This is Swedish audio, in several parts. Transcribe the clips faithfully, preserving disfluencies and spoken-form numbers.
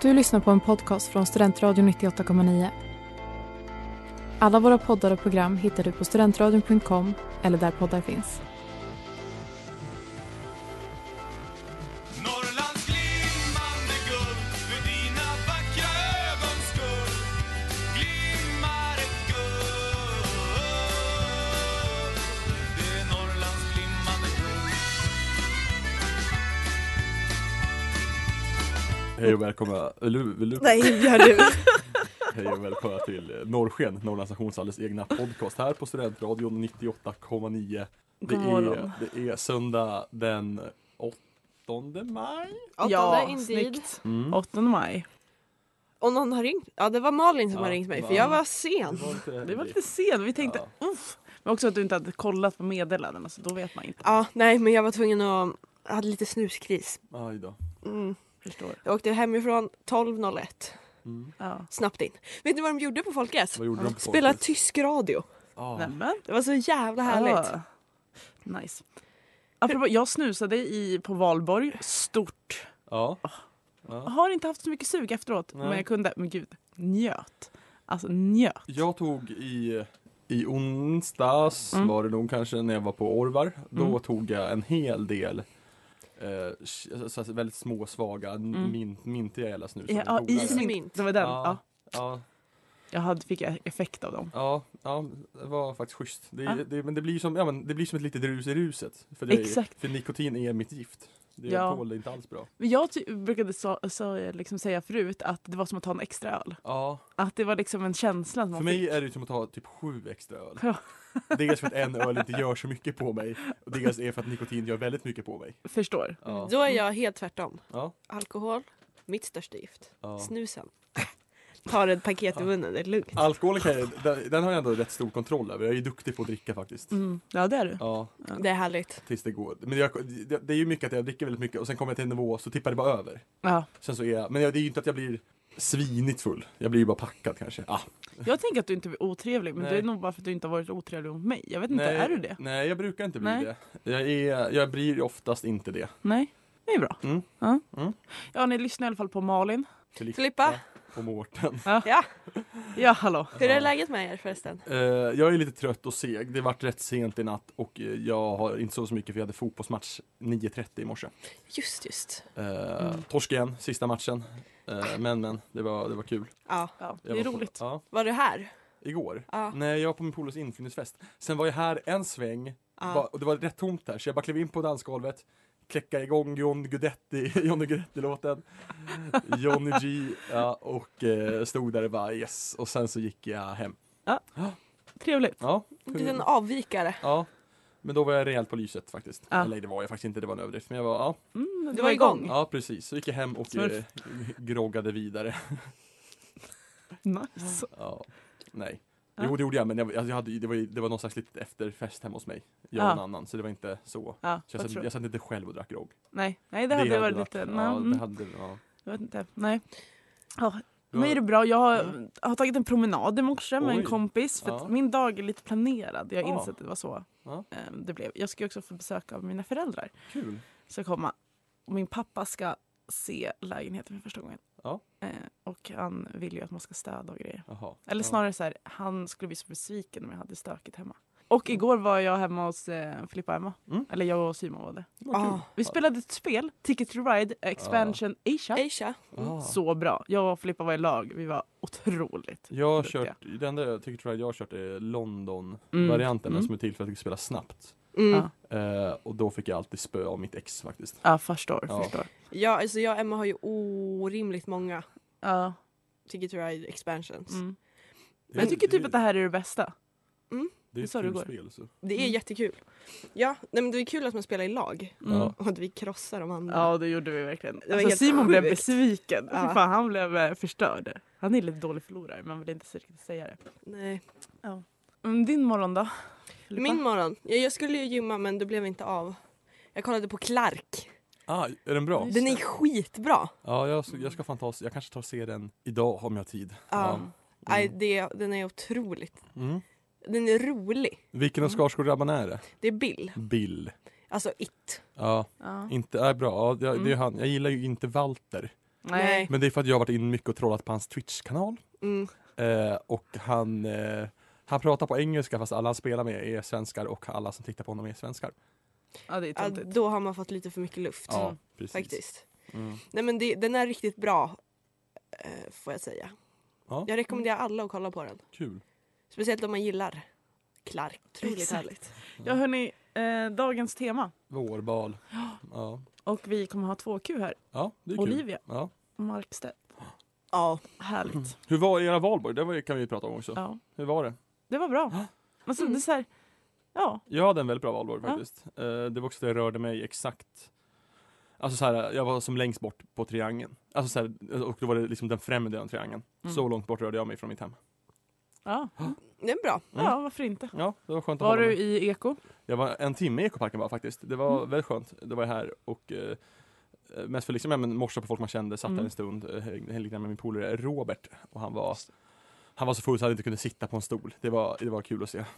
Du lyssnar på en podcast från Studentradion nittioåtta komma nio. Alla våra poddar och program hittar du på studentradion punkt com eller där poddar finns. Norrlands glimmande guld, för dina vackra ögons skull glimmar ett guld. Det är Norrlands glimmande guld. Hej och välkomna, vill du, vill du? Nej, gör du. Hej och välkomna till Norrsken, Norrlands stations alldeles egna podcast här på Studentradion nittioåtta komma nio. Det God är, morgon. det är söndag den åttonde maj. Ja, indeed. snyggt. Mm. åttonde maj. Och någon har ringt. Ja, det var Malin som Ja, har ringt mig, det för var- jag var sen. Det var lite, Det var lite sent. Vi tänkte, Ja. uff. Men också att du inte hade kollat på meddelandena, så då vet man inte. Ja, nej, men jag var tvungen att... Jag hade lite snuskris. Aj då. Mm. Förstår. Jag åkte hemifrån tolv noll ett. Mm. Ja. Snabbt in. Vet ni vad de gjorde på Folkets? Vad gjorde de på Spela Folkets? tysk radio. Ah. Nämen. Det var så jävla härligt. Ah. Nice. Apropå, jag snusade i, på Valborg. Stort. Ja. Jag ja. har inte haft så mycket sug efteråt. Nej. Men jag kunde. Men gud, njöt. Alltså njöt. Jag tog i, i onsdags, Mm. var det nog kanske när jag var på Orvar. Då Mm. tog jag en hel del eh, så, så, så väldigt små, svaga, Mm. min, mintiga jävla snus. Ja, ja, Is ismint. mint. Det var den. Ja. Ja. Ja, Jag hade, fick effekt av dem. ja, ja, det var faktiskt schysst. Det, Ja. det, men det blir som, ja, men det blir som ett litet rus i ruset. För, det är, Exakt. för nikotin är mitt gift. Det Ja. tål det inte alls bra. Men jag ty- brukade så, så, liksom säga förut att det var som att ta en extra öl. Ja, Att det var liksom en känsla som för man mig fick. är det som att ta typ sju extra öl. Ja. Dels för att en öl inte gör så mycket på mig. Och dels är för att nikotin gör väldigt mycket på mig. Förstår. Ja, Då är jag helt tvärtom. ja, Alkohol, mitt största gift. ja. Snusen. Tar ett paket i munnen, det är lugnt. Alkoholen kan jag, den, den har jag ändå rätt stor kontroll över. Jag är ju duktig på att dricka faktiskt. Mm. Ja, det är du. Ja, Det är härligt. tills det går. Men jag, det, det är ju mycket att jag dricker väldigt mycket och sen kommer jag till en nivå så tippar det bara över. Ja. Sen så är jag, men jag, det är ju inte att jag blir svinigt full. Jag blir ju bara packad kanske. Ah, Jag tänker att du inte är otrevlig, men Nej. det är nog bara för att du inte har varit otrevlig mot mig. Jag vet inte, är du det? Nej, jag brukar inte bli Nej. det. Jag, är, jag blir oftast inte det. Nej, det är bra. Mm. Ja. Mm. Ja, ni lyssnar i alla fall på Malin. Filippa, På Mårten. ja. Ja, hallå. Hur är läget med er förresten? Uh, jag är lite trött och seg. Det vart rätt sent i natt och uh, jag har inte så så mycket för jag hade fotbollsmatch nio trettio i morse. Just, just. Uh, Mm. Torsk igen, sista matchen. Uh, men men, det var, det var kul. Ja. Ja, det Jag är var på- roligt. Ja, Var du här? igår. Ja. Nej, jag var på min polos inflyttningsfest. Sen var jag här en sväng Ja. ba- och det var rätt tomt där så jag bara klev in på dansgolvet. Kläcka igång John Guidetti, Johnny Guidetti-låten. Johnny G. Ja, och eh, stod där och bara yes. Och sen så gick jag hem. Trevligt. Ja, En liten avvikare. ja. Men då var jag rejält på lyset faktiskt. Ja. Eller det var jag faktiskt inte, det var en överdrift. Men jag var, ja, Mm, du Du var var igång. igång. ja precis. Så gick jag hem och Smurf. eh, groggade vidare. Nice. Ja, nej. Ja. Jo, det gjorde jag, men jag, jag hade, det, var, ju- det var någon slags litet efterfest hemma hos mig. Jag och Ja. en annan, så det var inte så. Ja, Så jag, vad satt, tror jag satt inte själv och drack grogg. Nej, nej, det hade varit lite... Ja, nej, mm, det hade, ja. Jag vet inte. Nej. Ja, Du mig är har- det bra. Jag har, Mm. har tagit en promenad i morse med en Oj. kompis. För Ja. att min dag är lite planerad. Jag har Ja. insett att det var så Ja. eh, det blev. Jag ska ju också få besök av mina föräldrar. Kul. Ska komma. Och min pappa ska se lägenheten för första gången. Ja. Eh, och han vill ju att man ska städa och grejer. Jaha. Eller Ja. snarare så här, han skulle bli så besviken om jag hade stökigt hemma. Och igår var jag hemma hos eh, Filippa och Emma. Mm. Eller jag och Simon var det. Vad kul. Ah. Vi spelade ett spel, Ticket to Ride, Expansion Asia. Aisha. Ah. Så bra. Jag och Filippa var i lag. Vi var otroligt. Jag har duktiga. kört, det enda jag tycker tror jag jag har kört är London-varianten, Mm. som är till för att jag ska spela snabbt. Mm. Ja. Eh, och då fick jag alltid spö av mitt ex faktiskt. Ja, förstår. Ja. förstår. Ja, alltså jag och Emma har ju orimligt många Ja. Ticket to Ride expansions. Mm. Det Jag är- tycker typ det- att det här är det bästa. det är det ett sa du kul igår. spel. Så. Det är Mm. jättekul. Ja, nej, men det är kul att man spelar i lag. Mm. Ja. Och att vi krossar de andra. Ja, det gjorde vi verkligen. var Alltså, helt Simon blev sjukt. besviken. Ja. Fy fan, han blev eh, förstörd. Han är lite dålig förlorare, men vill inte så riktigt säga det. Nej. Mm, din morgon då? Filippa? Min morgon. Ja, jag skulle ju gymma men det blev inte av. Jag kollade på Clark. Ah, är den bra? Just Den det. är skitbra. Ja, jag, jag ska fan ta, jag kanske tar och se den idag om jag har tid. Ja. Mm. Nej, det, den är otroligt. Mm. Den är rolig. Vilken av Skarsgård-grabbarna är det? Det är Bill. Bill. Alltså It. Ja, Ja. inte, är bra. Ja, det, det är Mm. han. Jag gillar ju inte Walter. Nej. Men det är för att jag har varit in mycket och trollat på hans Twitch-kanal. Mm. Eh, och han, eh, han pratar på engelska fast alla han spelar med är svenskar och alla som tittar på honom är svenskar. Ja, det är Ja, töntigt. då har man fått lite för mycket luft. Ja, precis. Faktiskt. Mm. Nej men det, den är riktigt bra. Eh, får jag säga. Ja, Jag rekommenderar alla att kolla på den. kul. Speciellt om man gillar Clark. Otroligt Exakt. härligt. Ja hörni, eh, dagens tema. Vårbal. Ja. Och vi kommer ha två Q här. Ja, det är kul. Olivia Ja. och Markstedt. Ja. Härligt. Hur var era valborg? Det var, kan vi prata om också. Ja, Hur var det? det var bra. Alltså, det är så här, ja. Jag hade en väldigt bra valborg Ja. faktiskt. Eh, det var också det jag rörde mig exakt. Alltså så här, jag var som längst bort på triangeln. Alltså så här, och då var det liksom den främre delen av triangeln. Mm. Så långt bort rörde jag mig från mitt hem. Ja, Det är bra. ja varför inte? Ja, det var skönt att Var hålla du mig. i Eko? Jag var en timme i ekoparken bara faktiskt. Det var Mm. väldigt skönt. Det var jag här och eh, mest för liksom, ja, men morsa på folk man kände, satt Mm. där en stund, eh, hängde lite med min polare Robert. Och han var, han var så full så han inte kunde sitta på en stol. Det var, det var kul att se.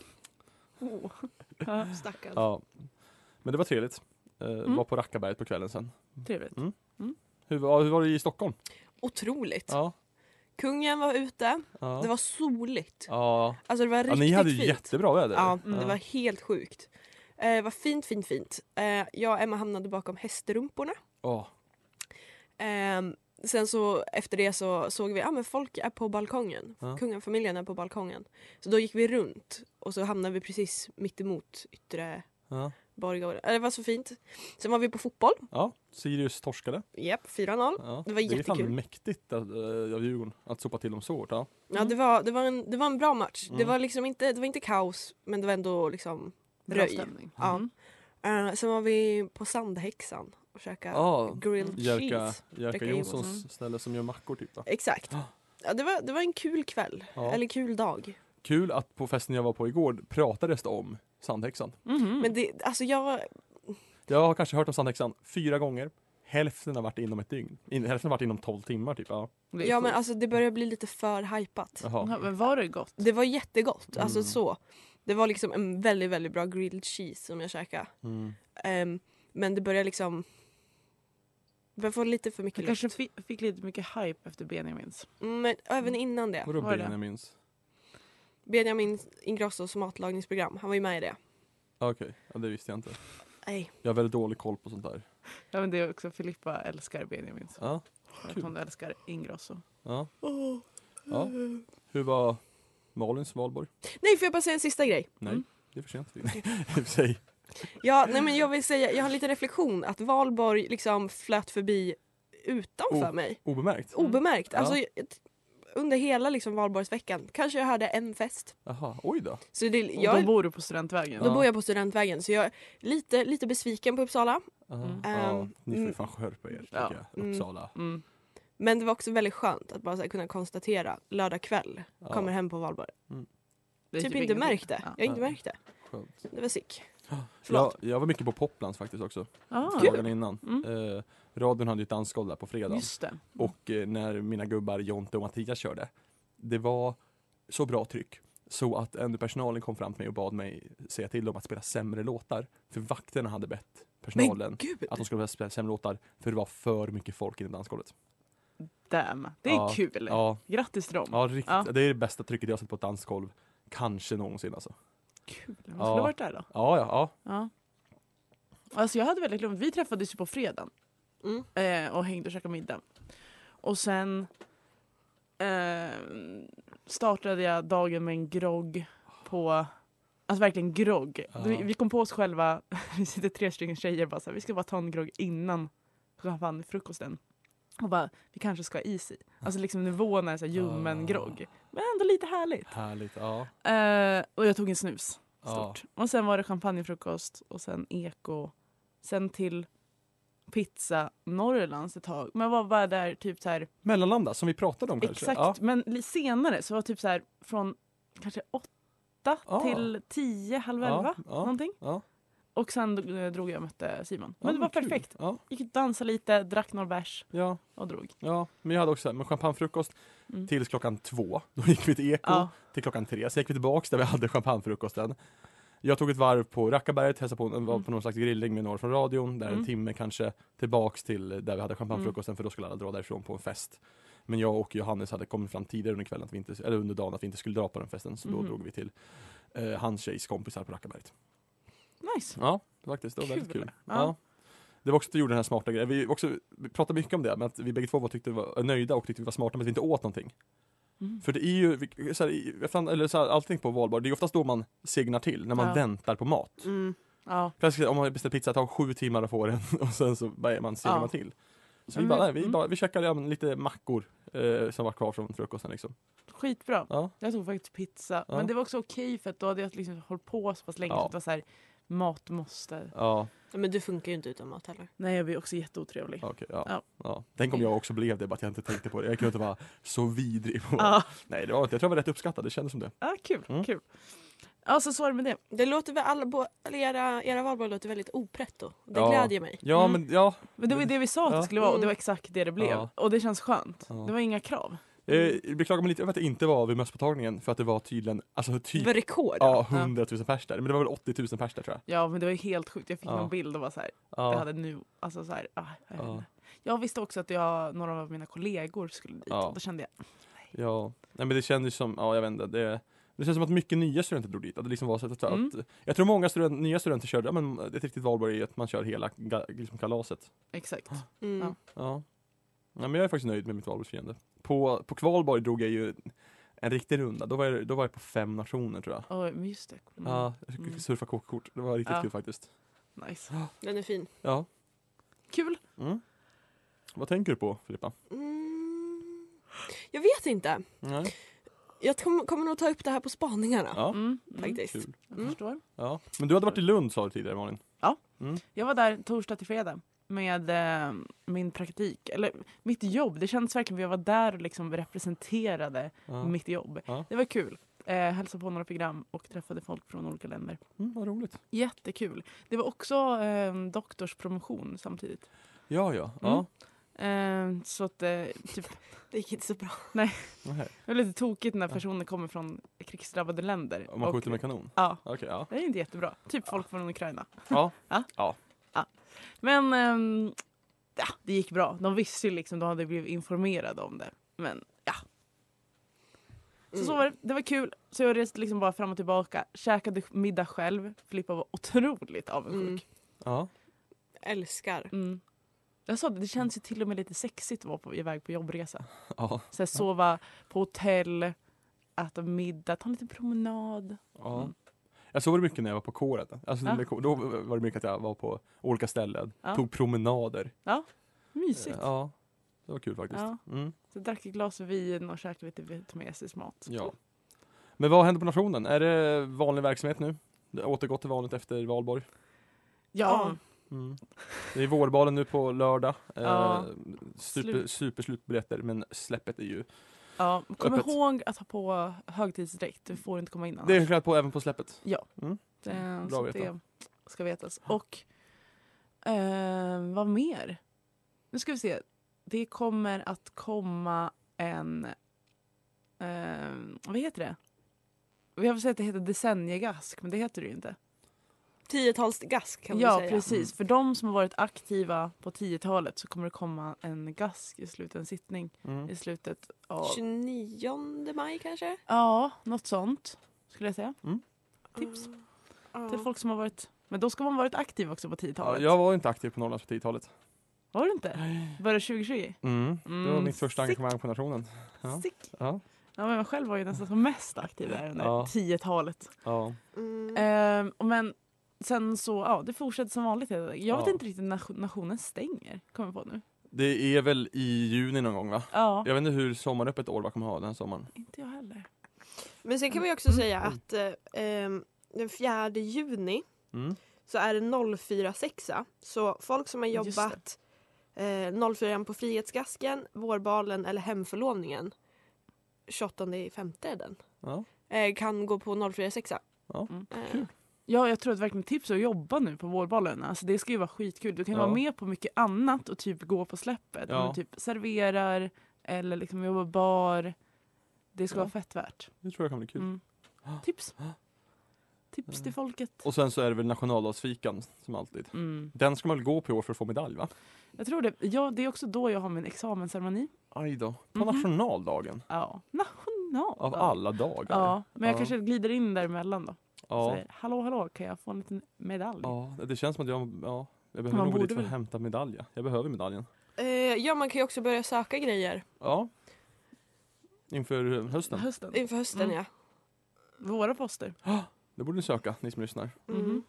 Oh. Ja, Stackarn. Ja. Men det var trevligt. Eh, Mm. Var på Rackaberget på kvällen sen. trevligt. Hur var, hur var det i Stockholm? Otroligt. Ja. Kungen var ute. Ja. Det var soligt. Ja. Alltså det var Ja, riktigt ni hade ju fint. jättebra väder. Ja, Mm. det var helt sjukt. Eh, det var fint, fint, fint. Eh, jag och Emma hamnade bakom hästrumporna. Åh. Eh, sen så efter det så såg vi att ah, folk är på balkongen. Ja. Kungafamiljen är på balkongen. Så då gick vi runt och så hamnade vi precis mitt emot yttre Ja. Borggården. Eh, Det var så fint. Sen var vi på fotboll. Ja. Sirius torskade. Japp, fyra noll. Ja. Det var Det är jättekul. fan mäktigt att, uh, av Djurgården att sopa till dem så hårt. Ja. Ja, det var, det var, en, det var en bra match. Det Mm. var liksom inte, det var inte kaos, men det var ändå liksom Bra röj. stämning. Ja. Mm. Uh, sen var vi på Sandhäxan och käkade Ja, grilled Jerka, cheese. Jerka Jerka Jonssons Jonssons. ställe som gör mackor typ va? Exakt. Ah. Ja, det, var, det var en kul kväll. Ja. Eller kul dag. Kul att på festen jag var på igår pratades det om Sandhäxan. Mhm. Men det, alltså jag... Jag har kanske hört om Sandhäxan fyra gånger. Hälften har varit inom ett dygn. In, hälften har varit inom tolv timmar typ. Ja. Det är Ja, men sjukt. alltså det börjar bli lite för hypat. Jaha. Ja, men var det gott? Det var jättegott. Alltså Mm. så. Det var liksom en väldigt, väldigt bra grilled cheese som jag käkade. Mm. Um, men det börjar liksom... Det börjar få lite för Jag mycket kanske luft. fick, fick lite mycket hype efter Benjamins. Mm, Men även innan det. Vadå Var det? Benjamins? Benjamin Ingrossos matlagningsprogram. Han var ju med i det. Ah, Okej, ja, det visste jag inte. Nej. Jag har väldigt dålig koll på sånt där. Ja, men det är också Filippa älskar Benjamins. Ja, För att Kul. hon älskar Ingrosso. ja. ja. Hur var Malins valborg? Nej, får jag bara säga en sista grej? Nej, Mm. det är för sent. I och för sig. Ja, nej, men jag vill säga, jag har en liten reflektion att Valborg liksom flöt förbi utanför Oh. mig. Obemärkt. Obemärkt. Ja. Alltså, ett- under hela liksom Valborgsveckan kanske jag hade en fest. Jaha, oj då. Så det, Och jag, då bor du på Studentvägen. då Ja. bor jag på Studentvägen. Så jag är lite, lite besviken på Uppsala. Aha. Mm. Ja, Ehm, ni får ju mm. fan skärpa er, tycker Ja. jag. Mm. Uppsala. Mm. Men det var också väldigt skönt att bara så här, kunna konstatera lördag kväll Ja. kommer hem på Valborg. Det är Typ inte ingenting. märkt det. Ja. Jag har inte Ja. märkt det. Skönt. Det var sick. Jag, Förlåt. jag var mycket på Poplands faktiskt också. Ah, Dagen innan. Mm. Eh, radion hade ju ett dansgolv där på fredag. just det. Och eh, när mina gubbar Jonte och Mattias körde. Det var så bra tryck. Så att ändå personalen kom fram till mig och bad mig säga till dem att spela sämre låtar. För vakterna hade bett personalen Men gud! att de skulle spela sämre låtar. För det var för mycket folk i det dansgolvet. Damn. Det är Ja. kul. Ja, Grattis till dem. ja, riktigt, Ja. det är det bästa trycket jag har sett på ett dansgolv. Kanske någonsin alltså. Kul. Man skulle Ja. ha varit där då. Ja, ja, ja. Ja. Alltså jag hade väldigt lugnt. Vi träffades ju på fredagen Mm. eh, och hängde och käkade middag. Och sen eh, startade jag dagen med en grogg på, alltså verkligen grogg. Ja. Vi, vi kom på oss själva, vi sitter tre stycken tjejer bara så här, vi ska bara ta en grogg innan frukosten. Och bara, vi kanske ska ha is i. Alltså liksom nivån är så här ljummen Ah. grogg. Men ändå lite härligt. Härligt. Ja. Eh, och jag tog en snus. Ja. Stort. Och sen var det champagnefrukost och sen eko. Sen till pizza Norrlands ett tag. Men var bara där typ så här. Mellanlanda som vi pratade om kanske. Exakt. Ja. Men li- senare så var det typ så här från kanske åtta Ja. till tio, halv elva. Ja, ja. Någonting. Ja. Och sen eh, drog jag och mötte Simon. Ja, Men det var kul. perfekt. Ja, Gick ut och dansade lite, drack några bärs ja, och drog. ja. Men jag hade också med champagnefrukost Mm. tills klockan två. Då gick vi till Eko Ja. till klockan tre. Så gick vi tillbaks där vi hade champagnefrukosten. Jag tog ett varv på Rackaberget, hälsade på, var Mm. på någon slags grillning med några från radion. Där Mm. en timme kanske tillbaks till där vi hade champagnefrukosten, för då skulle alla dra därifrån på en fest. Men jag och Johannes hade kommit fram tidigare under kvällen, att vi inte, eller under dagen, att vi inte skulle dra på den festen. Så då Mhm. drog vi till eh, hans tjejs kompisar på Rackaberget. Nice. Ja, faktiskt. Det var Kul. väldigt kul. Ja. Ja. Det var också att vi gjorde den här smarta grejen. Vi, också, vi pratade mycket om det, men att vi bägge två var, tyckte vi var nöjda och tyckte vi var smarta med att vi inte åt någonting. Mm. För det är ju, vi- så här, i- jag fann, eller så här, allting på valbar, det är oftast då man segnar till, när man Ja. väntar på mat. Mm. Ja. För om man beställer pizza, det tar sju timmar att få den och sen så börjar man segna Ja. till. Så Ja, vi men- bara, nej, vi, mm. bara, vi checkade ja, men lite mackor eh, som var kvar från frukosten liksom. Skitbra. Ja, Jag tog faktiskt pizza. Ja. Men det var också okej för att då hade jag liksom hållit på så pass länge Ja. så att det var så här, mat måste. ja, Ja, men du funkar ju inte utan mat heller. Nej, jag blir också jätteotrevlig. okej, ja, Ja. ja. Tänk om jag också blev det, bara att jag inte tänkte på det. Jag kunde inte vara så vidrig på Ja, Nej, det var, jag tror jag var rätt uppskattad, det kändes som det. ah, kul. Mm. kul. Ja, så så var det med det. Det låter väl alla, på, eller era, era valborg låter väldigt opretto. Det Ja. glädjer mig. Ja, Mm. men ja. Men det var ju det vi sa att Ja. det skulle vara och det var Mm. exakt det det blev. Ja. Och det känns skönt. Ja. Det var inga krav. Jag beklagar mig lite över att det inte var vid mösspåtagningen, för att det var tydligen, alltså Det typ, var rekord. ja, hundratusen pers där. Men det var väl åttio tusen pers där, tror jag. Ja, men det var ju helt sjukt. Jag fick Ja. någon bild och var så här, Ja. det hade nu, alltså så här, ah, jag, vet Ja. inte. Jag visste också att jag, några av mina kollegor skulle dit. Ja. Då kände jag, Ja, nej men det kändes som, ja jag vet inte, det, det känns som att mycket nya studenter drog dit. Att det liksom var så att, Mm. att jag tror många student, nya studenter körde, ja men ett riktigt valborg är att man kör hela ga, liksom kalaset. exakt. Mm. Ja. Ja. Ja, men jag är faktiskt nöjd med mitt valborgsfirande. På, på kvalborg drog jag ju en riktig runda, då var jag, då var jag på fem nationer tror jag. Oh, men just det. Mm. Ja, jag fick Mm. surfa kåkkort, det var riktigt Ja. kul faktiskt. Nice. Den är fin. Ja. Kul. Mm. Vad tänker du på, Filippa? Mm. Jag vet inte. Nej. Jag kom, kommer nog ta upp det här på spaningarna. Ja, Mm. Mm. Faktiskt. kul. Jag Mm. förstår. Ja. Men du hade varit i Lund sa du tidigare, Malin. Jag var där torsdag till fredag med eh, min praktik, eller mitt jobb. Det kändes verkligen att jag var där och liksom representerade Ja. mitt jobb. Ja. Det var kul. Eh, hälsade på några program och träffade folk från olika länder. Mm, vad roligt. Jättekul. Det var också eh, doktorspromotion samtidigt. Ja, ja. ja. Eh, så att eh, typ, Det gick inte så bra. Nej. det var lite tokigt när personer kommer från krigsdrabbade länder. Om man Och- skjuter med kanon? Ja, Okej, ja. det är inte jättebra. Typ folk från Ukraina. Ja. Men ehm, ja, det gick bra. De visste ju liksom, de hade blivit informerade om det. Men ja. Så Mm. så var det. Det var kul. Så jag reste liksom bara fram och tillbaka. Käkade middag själv. Filippa var otroligt avundsjuk. Ja. Älskar. Mm. Jag sa det, det känns ju till och med lite sexigt att vara på, iväg på jobbresa. Ja. Så här, sova på hotell, äta middag, ta en liten promenad. Ja. Mm. Jag såg det mycket när jag var på kåret. Alltså, Ja. med kår- då var det mycket att jag var på olika ställen, Ja. tog promenader. Mysigt. Ja, det var kul faktiskt. Ja. Mm. Så jag drack ett glas vin och käkade lite vietnamesisk mat. Ja. Men vad händer på nationen? Är det vanlig verksamhet nu? Det har återgått till vanligt efter valborg. Ja. Mm. Det är vårbalen nu på lördag. Ja. Eh, super, Slut. superslutbiljetter, men släppet är ju... Ja, kom Öppet. ihåg att ha på högtidsdräkt. Du får inte komma in annars. Det är klätt på även på släppet. Ja. Mm. Det, Bra så att veta. det ska vetas. Och eh, vad mer? Nu ska vi se. Det kommer att komma en... Eh, vad heter det? Vi har väl sagt att det heter decenniegask, men det heter det ju inte. Tiotalsgask kan Ja, man säga. precis. För de som har varit aktiva på tiotalet så kommer det komma en gask i slutet, en sittning Mm. i slutet av... tjugonionde maj kanske? Ja, något sånt skulle jag säga. Tips. Ja. Till folk som har varit... Men då ska man ha varit aktiv också på Ja, tiotalet. jag var inte aktiv på Norrlands på tiotalet. Var du inte? Började tjugo tjugo? Mm. Det var Mm, mitt första sick. engagemang på nationen. Ja. Sick. Ja. Ja, men jag själv var ju nästan som mest aktiv där under Ja. tiotalet. Ja. Mm. Ehm, och men sen så, ja, det fortsätter som vanligt. Jag vet Ja. inte riktigt när nationen stänger, kommer jag på nu. Det är väl i juni någon gång va? Ja, Jag vet inte hur sommaröppet år kommer ha den här sommaren. inte jag heller. Men sen kan vi också säga att eh, ehm, den fjärde juni Mm. så är det noll fyra sex. Så folk som har Just det. jobbat eh, noll fyra på Frihetsgasken, vårbalen eller hemförlovningen tjugoåttonde femte är den. Ja. Eh, kan gå på noll fyra sex. Ja. Mm. Eh, Ja, jag tror att verkligen tips är att jobba nu på vårballen. Alltså det ska ju vara skitkul. Du kan ju Ja. vara med på mycket annat och typ gå på släppet. Ja. Om du typ serverar eller liksom jobbar bar. Det ska Ja. vara fett värt. Det tror jag kan bli kul. Mm. Tips. tips till folket. Och sen så är det väl nationaldagsfikan som alltid. Mm. Den ska man väl gå på i år för att få medalj, va? Jag tror det. Ja, det är också då jag har min examensceremoni. Aj då. På Mhm. nationaldagen. Ja, nationaldag. Av alla dagar. Ja, men jag Ja. kanske glider in däremellan då. Ja. Säger, hallå, hallå, kan jag få en liten medalj? Ja, det känns som att jag, ja, jag behöver Man nog gå borde dit för att väl- hämta medalj. Jag behöver medaljen. Eh, ja, man kan ju också börja söka grejer Ja. Inför hösten. Hösten. inför hösten, Mm. ja. Våra poster. Det borde ni söka, ni som lyssnar. Mm. Mhm.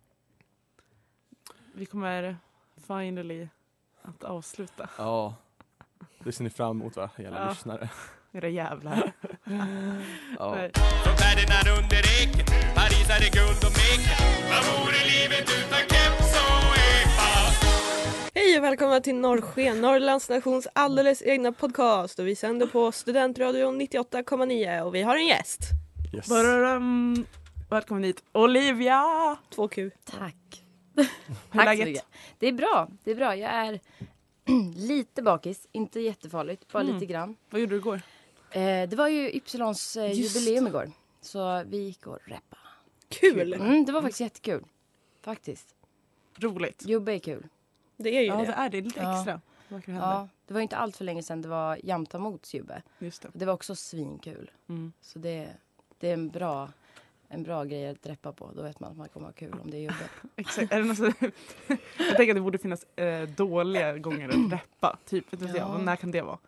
Vi kommer finally att avsluta. Ja. Det ser ni fram emot, va? Hela Ja. lyssnare. Era jävlar. Ja. Nej. Från Ferdinand under eken, Paris är det guld och meken. Vad vore livet utan keps och epa? Hej och välkomna till Norrsken, Norrlands nations alldeles egna podcast. Och vi sänder på Studentradion nittioåtta komma nio och vi har en gäst. Yes. Badadam. Välkommen hit, Olivia! två Q. Tack. Hur är Tack så läget? mycket. Det är bra. Det är bra. Jag är lite bakis. Inte jättefarligt. Bara Mm. lite grann. Vad gjorde du igår? Eh, det var ju Ypsilons eh, Just. jubileum igår. Så vi gick och reppa. Kul! Mm, det var faktiskt jättekul. Faktiskt. Roligt. Jubbe är kul. Det är ju Ja, det. det är det. Lite Ja. extra. Vad kan hända? Ja, det var ju inte allt för länge sedan det var Jamta mots jubbe. Just det. Det var också svinkul. Mm. Så det, det är en bra, en bra grej att reppa på. Då vet man att man kommer ha kul om det är jubbe. Exakt. Är det något så... Jag tänker att det borde finnas eh, dåliga gånger att reppa. Typ, vet inte Ja. jag. När kan det vara?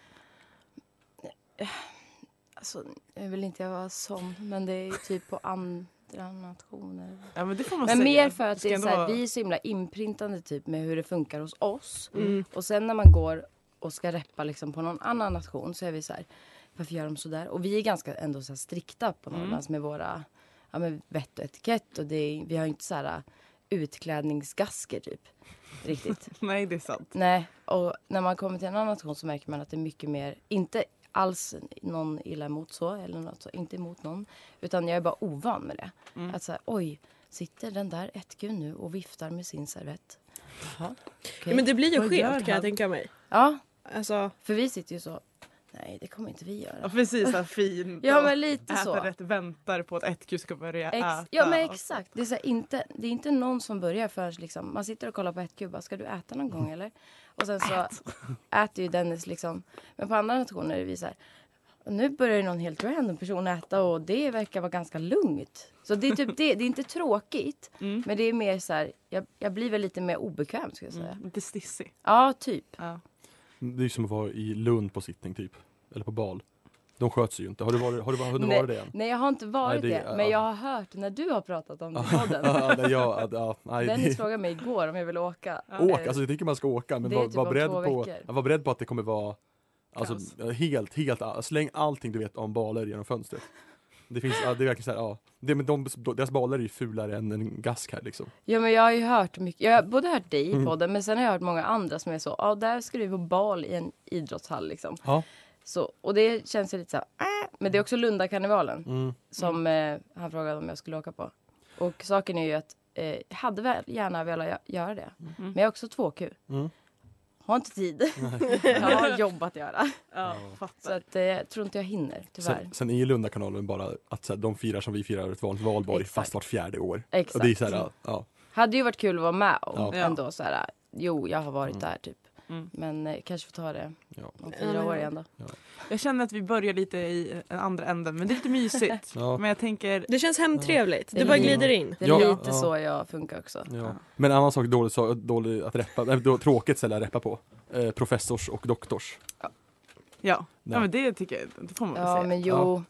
Alltså, jag vill inte jag vara sån. Men det är ju typ på andra nationer. Ja, men det får man Men säga. mer för att ska det är ändå så här, vara- vi är så himla inprintande typ med hur det funkar hos oss. Mm. Och sen när man går och ska reppa liksom på någon annan nation så är vi så här, varför gör de så där? Och vi är ganska ändå så här strikta på Mm. Norrlands med våra ja, med vett och etikett. Och det är, vi har inte så här uh, utklädningsgasker typ. Riktigt. Nej, det är sant. Nej, och när man kommer till en annan nation så märker man att det är mycket mer, inte alls någon illa emot så, eller något så, inte emot någon. Utan jag är bara ovan med det. Mm. Att säga, oj, sitter den där ettgun nu och viftar med sin servett? Jaha, okej. Ja, men det blir ju Vad gör skevt kan jag han? tänka mig. Ja, Alltså, för vi sitter ju så, nej det kommer inte vi Ja, göra. precis. Så här fint. Ja och men lite äta så. rätt, väntar på att ett Q ska börja Ex- äta. ja men och- exakt. Det är, så här, inte, det är inte någon som börjar förrän liksom, man sitter och kollar på ett Q, bara, ska du äta någon gång eller? Och sen så äter ju Dennis liksom. Men på andra nationer är vi så här, och nu börjar ju någon helt random person äta och det verkar vara ganska lugnt. Så det är typ det, det är inte tråkigt. Mm. Men det är mer så här, jag, jag blir väl lite mer obekväm ska jag säga. Mm. Lite stissig. Ja, typ. Ja. Det är ju som att vara i Lund på sittning typ. Eller på bal. De sköts ju inte. Har du varit, har du, har du Nej. varit det än? Nej, jag har inte varit Nej, det- det. ja. Men jag har hört när du har pratat om det i podden. Ja, nej, ja, ja, nej, Dennis det, frågade mig igår om jag ville åka. åk, alltså jag tycker man ska åka. Men Det är var, typ var, om beredd två på, veckor. var beredd på att det kommer vara alltså, Kaos. helt, helt, släng allting du vet om baler genom fönstret. Det finns, ja, det är verkligen så här, ja. Det, men de, deras baler är ju fulare än en gask här liksom. Ja, men jag har ju hört mycket. Jag har både hört dig i Mm. podden, men sen har jag hört många andra som är så, ja, där ska du på bal i en idrottshall liksom. Ja. Så, och det känns ju lite så här, äh. Men det är också Lundakarnevalen Mm. som eh, han frågade om jag skulle åka på. Och saken är ju att eh, jag hade väl gärna velat gö- göra det. Men jag är också två Q. Mm. Har inte tid. Jag har jobb att göra. Ja, Så fattar. att, eh, jag tror inte jag hinner, tyvärr. Sen, sen är ju Lundakanalen bara att så här, de firar som vi firar ett vanligt valborg Exakt. fast vart fjärde år. Exakt. Och det är så här, ja, ja. Hade ju varit kul att vara med om. Ja. Ändå så här, jo, jag har varit Mm. där typ. Mm. Men eh, kanske får ta det Ja. om Ja, fyra men- år igen då. Jag känner att vi börjar lite i en andra änden. Men det är lite mysigt. Ja. Men jag tänker... det känns hemtrevligt. Det Du bara är- glider in. Det är Ja. lite Ja. så jag funkar också. Ja. Men en annan sak dåligt, så- dåligt att reppa, äh, då, tråkigt ställe att reppa på. Eh, professors och doktors. Ja. Ja, Ja. men det tycker jag. Det får man väl Ja, säga. men jo.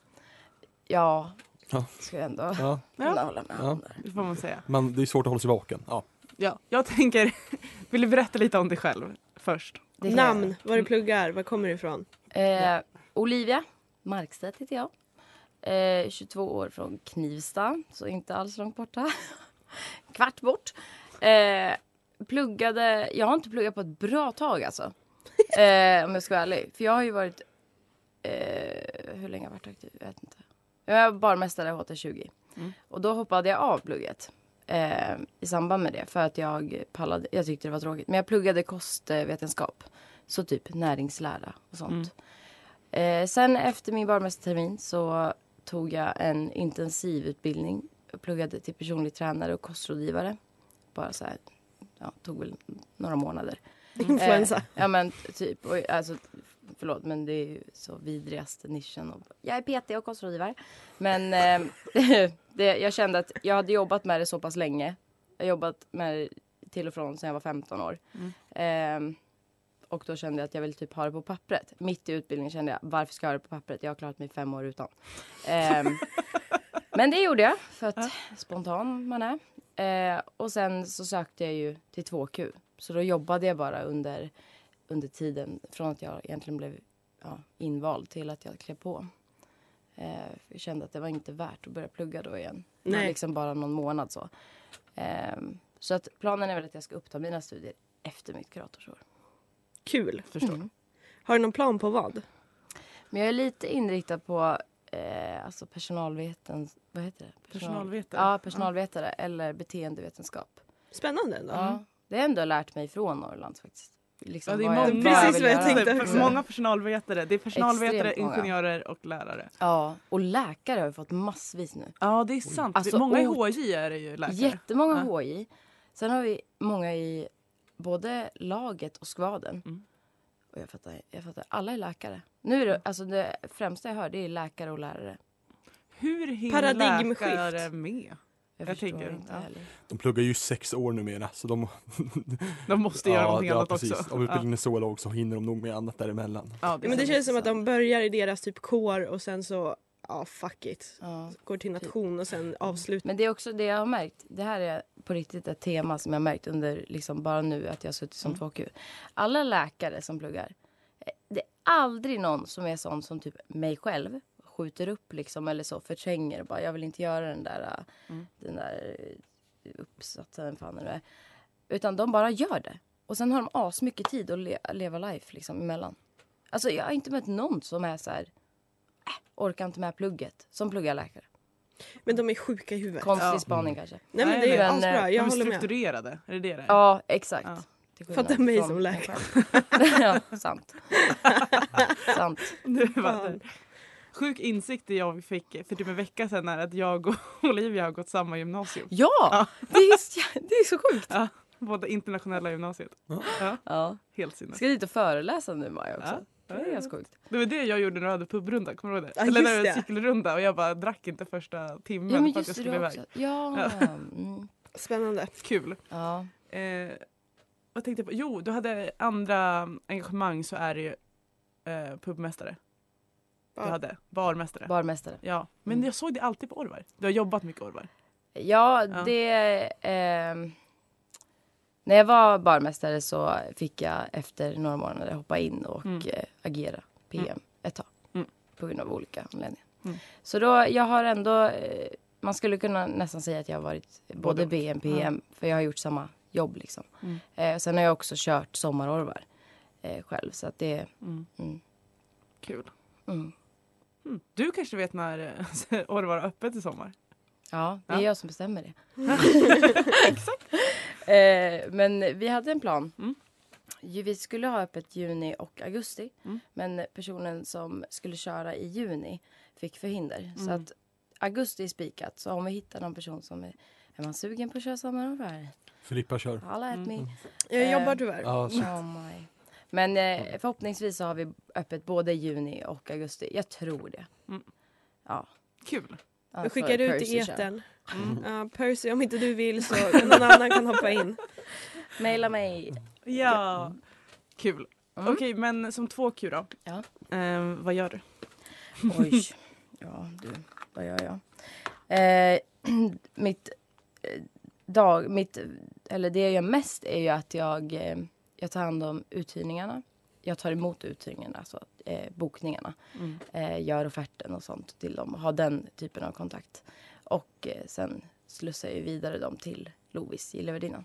Ja. Ja. Ska jag ändå Ja. kunna Ja. hålla med Ja. om där. Det får man säga. Men det är svårt att hålla sig vaken. Ja. Ja, jag tänker... Vill du berätta lite om dig själv först? Det kan jag Namn, var du pluggar, var kommer du ifrån? Eh, Olivia Markstedt heter jag. Eh, tjugotvå år från Knivsta, så inte alls långt borta. Kvart bort. Eh, pluggade, jag har inte pluggat på ett bra tag alltså. Eh, om jag ska vara ärlig. För jag har ju varit, eh, hur länge har jag varit aktiv? Jag vet inte. Jag var barmästare H T tjugo. Mm. Och då hoppade jag av plugget. Eh, I samband med det. För att jag pallade, jag tyckte det var tråkigt. Men jag pluggade kostvetenskap. Så typ näringslära och sånt. Eh, sen efter min barmästartermin så tog jag en intensivutbildning jag pluggade till personlig tränare och kostrådgivare. Bara så här, ja, tog väl några månader. Influensa. Eh, ja men typ, och, alltså, förlåt men det är ju så vidrigaste nischen. Och, jag är P T och kostrådgivare. Men eh, det, jag kände att jag hade jobbat med det så pass länge. Jag har jobbat med det till och från sedan jag var femton år. Mm. Eh, och då kände jag att jag ville typ ha det på pappret. Mitt i utbildningen kände jag, varför ska jag ha det på pappret? Jag har klarat mig fem år utan. Eh, men det gjorde jag för att spontan man är. Eh, och sen så sökte jag ju till två Q. Så då jobbade jag bara under, under tiden från att jag egentligen blev ja, invald till att jag klev på. Eh, jag kände att det var inte värt att börja plugga då igen. Det var liksom bara någon månad så. Eh, så att planen är väl att jag ska uppta mina studier efter mitt kuratorsår. Kul. Förstår. Mm. Har du någon plan på vad? Men jag är lite inriktad på eh, alltså personalveten, vad heter det? Personal, Personalvetare. Ja, personalvetare ja. Eller beteendevetenskap. Spännande ändå. Ja, det har jag ändå lärt mig från Norrland faktiskt. Liksom Ja, det är vad jag- många, vad jag Precis vill vad jag göra. tänkte För också. många personalvetare. Det är personalvetare, Extremt många. ingenjörer och lärare. Ja, och läkare har vi fått massvis nu. Ja, det är sant. Alltså, många i och- H J är det ju läkare. Jättemånga Ja. H I. Sen har vi många i både laget och skvaden. Mm. Och jag fattar, jag fattar, alla är läkare. Nu är det, alltså det främsta jag hör det är läkare och lärare. Hur hinner Paradigmskift. läkare med? Jag, Jag förstår tänker, inte ja. heller. De pluggar ju sex år numera, så de... De måste göra någonting ja, annat precis. också. Om utbildningen är så låg så hinner de nog med annat däremellan. Ja, Ja, men det så känns som att de sant. börjar i deras typ kår och sen så, ja fuck it. Ja. Går till nation och sen avslutar. Men det är också det jag har märkt. Det här är på riktigt ett tema som jag har märkt under liksom bara nu att jag har suttit som Mm. två Q. Alla läkare som pluggar. eh, Det är aldrig någon som är sån som typ mig själv skjuter upp liksom eller så förtränger och bara jag vill inte göra den där äh, Mm. den där äh, uppsatsen fan är det. Utan de bara gör det. Och sen har de as mycket tid att le- leva life liksom emellan. Alltså jag har inte mött någon som är så här äh, orkar inte med plugget som pluggar läkare. Men de är sjuka i huvudet. Konstig Ja. spaning kanske. Nej men det är ju men, asbra, eh, jag de är håller med. strukturerade, är det det det är? Ja, exakt. Ja. Till skillnad Fatta mig från som mig läkare. själv. Ja, sant. sant. Du fattar. Fan. Sjuk insikt jag fick för typ en vecka sedan är att jag och Olivia har gått samma gymnasium. Ja, Ja. Det, är så, det är så sjukt. Ja, båda internationella gymnasiet. Ja, Ja. helt sinnes. Ska dit och föreläsa nu Maja också. Ja. Det är ganska sjukt. Det var det jag gjorde när jag hade pubrunda, kommer du ihåg det? Ja, Eller just när jag hade det. cykelrunda och jag bara drack inte första timmen Ja, men för att jag just skulle det iväg. också. Ja. Ja. Mm. Spännande. Kul. Ja. Eh, vad tänkte jag på? Jo, du hade andra engagemang så är det ju eh, pubmästare. Du Ja. hade barmästare. Barmästare. Ja, men Mm. jag såg det alltid på Orvar. Du har jobbat mycket Orvar. Ja, Ja. det... ehm, när jag var barmästare så fick jag efter några månader hoppa in och Mm. eh, agera P M Mm. ett tag. Mm. På grund av olika anledningar. Mm. Så då, jag har ändå... Eh, man skulle kunna nästan säga att jag har varit både Både- B M P M. För jag har gjort samma jobb liksom. Mm. Eh, sen har jag också kört sommarorvar eh, själv. Så att det... Mm. Mm, Kul. mm. Mm. Du kanske vet när eh, Orvar är öppet i sommar? Ja, det är Ja. jag som bestämmer det. Exakt. Eh, men vi hade en plan. Mm. Ju- Vi skulle ha öppet juni och augusti. Mm. Men personen som skulle köra i juni fick förhinder. Så Mm. att augusti är spikat. Så om vi hittar någon person som är, är man sugen på att köra sommarorvar? Filippa kör. Alla Mm. at me. Jag Eh, jobbar tyvärr. Ja, så. Oh my. Men eh, förhoppningsvis så har vi öppet både juni och augusti. Jag tror det. Mm. Ja. Kul. Ja, Jag skickar för ut i Percy kör. etern. Mm. Ja, Percy, om inte du vill så någon annan kan hoppa in. Maila mig. Ja. Kul. Mm. Okej, men som två Q då. Ja. Eh, vad gör du? Oj. Ja, du. Vad gör jag? Eh, mitt eh, dag, mitt, eller det jag gör mest är ju att jag, eh, jag tar hand om uthyrningarna. Jag tar emot uthyrningarna, alltså eh, bokningarna. Mm. Eh, gör offerten och sånt till dem. Ha den typen av kontakt. Och eh, sen slussar jag vidare dem till Lovis, gillevärdinnan.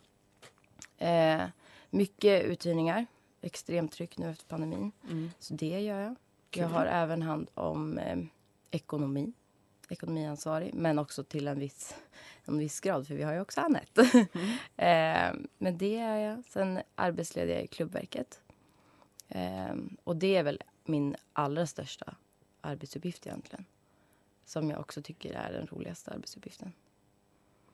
Eh, mycket uthyrningar. Extremt tryck nu efter pandemin. Mm. Så det gör jag. Kul. Jag har även hand om eh, ekonomi. Ekonomiansvarig. Men också till en viss, en viss grad. För vi har ju också Anette. eh, men det är jag. Sen arbetsledig i Klubbverket. Eh, och det är väl min allra största arbetsuppgift egentligen. Som jag också tycker är den roligaste arbetsuppgiften.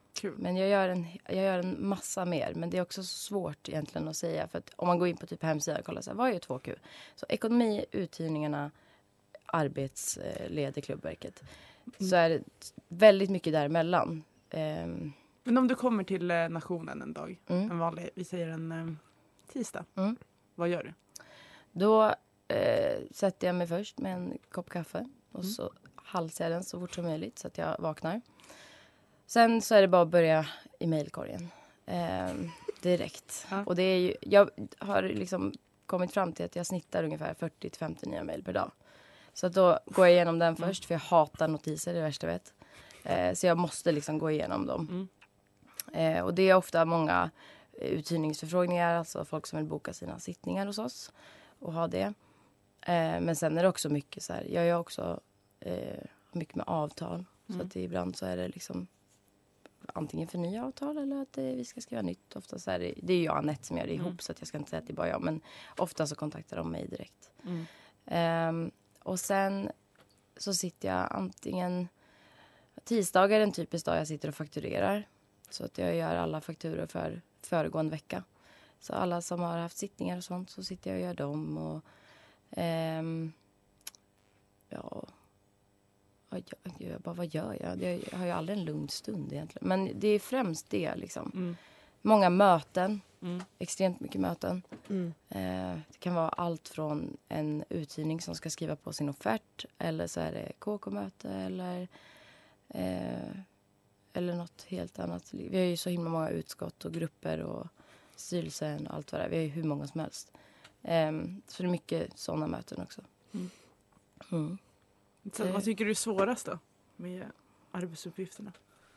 Kul. Men jag gör, en, jag gör en massa mer. Men det är också svårt egentligen att säga. För att om man går in på typ hemsidan och kollar så här, vad är två Q? Så ekonomi, uthyrningarna, arbetsled i Klubbverket. Så är det väldigt mycket däremellan. Um, Men om du kommer till eh, Nationen en dag, Mm. en vanlig, vi säger en eh, tisdag, Mm. vad gör du? Då eh, sätter jag mig först med en kopp kaffe. Och Mm. så halsar jag den så fort som möjligt så att jag vaknar. Sen så är det bara att börja i mejlkorgen. Eh, direkt. Ja. Och det är ju, jag har liksom kommit fram till att jag snittar ungefär fyrtio till femtio nya mejl per dag. Så att då går jag igenom den först. För jag hatar notiser, det är det värsta jag vet. Eh, så jag måste liksom gå igenom dem. Mm. Eh, och det är ofta många uthyrningsförfrågningar. Alltså folk som vill boka sina sittningar hos oss. Och ha det. Eh, men sen är det också mycket så här. Jag gör också eh, mycket med avtal. Mm. Så att det, ibland så är det liksom antingen för nya avtal eller att det, vi ska skriva nytt. Ofta så är det, det är ju jag och Anette som gör det ihop. Mm. Så att jag ska inte säga att det är bara jag. Men ofta så kontaktar de mig direkt. Mm. Eh, och sen så sitter jag antingen... Tisdagar är en typisk dag jag sitter och fakturerar. Så att jag gör alla fakturor för föregående vecka. Så alla som har haft sittningar och sånt så sitter jag och gör dem. Och, ehm, ja, vad gör, jag, bara, vad gör jag? jag? Jag har ju aldrig en lugn stund egentligen. Men det är främst det liksom. Mm. Många möten. Mm. Extremt mycket möten. Mm. Eh, det kan vara allt från en uthyrning som ska skriva på sin offert. Eller så är det K K-möte eller... Eh, eller något helt annat. Vi har ju så himla många utskott och grupper och styrelsen och allt vad det är. Vi har ju hur många som helst. Eh, så det är mycket sådana möten också. Mm. Mm. Så, Det- vad tycker du är svårast då med arbetsuppgifterna?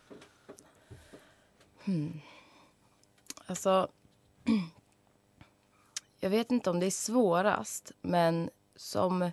Hmm. Alltså, jag vet inte om det är svårast, men som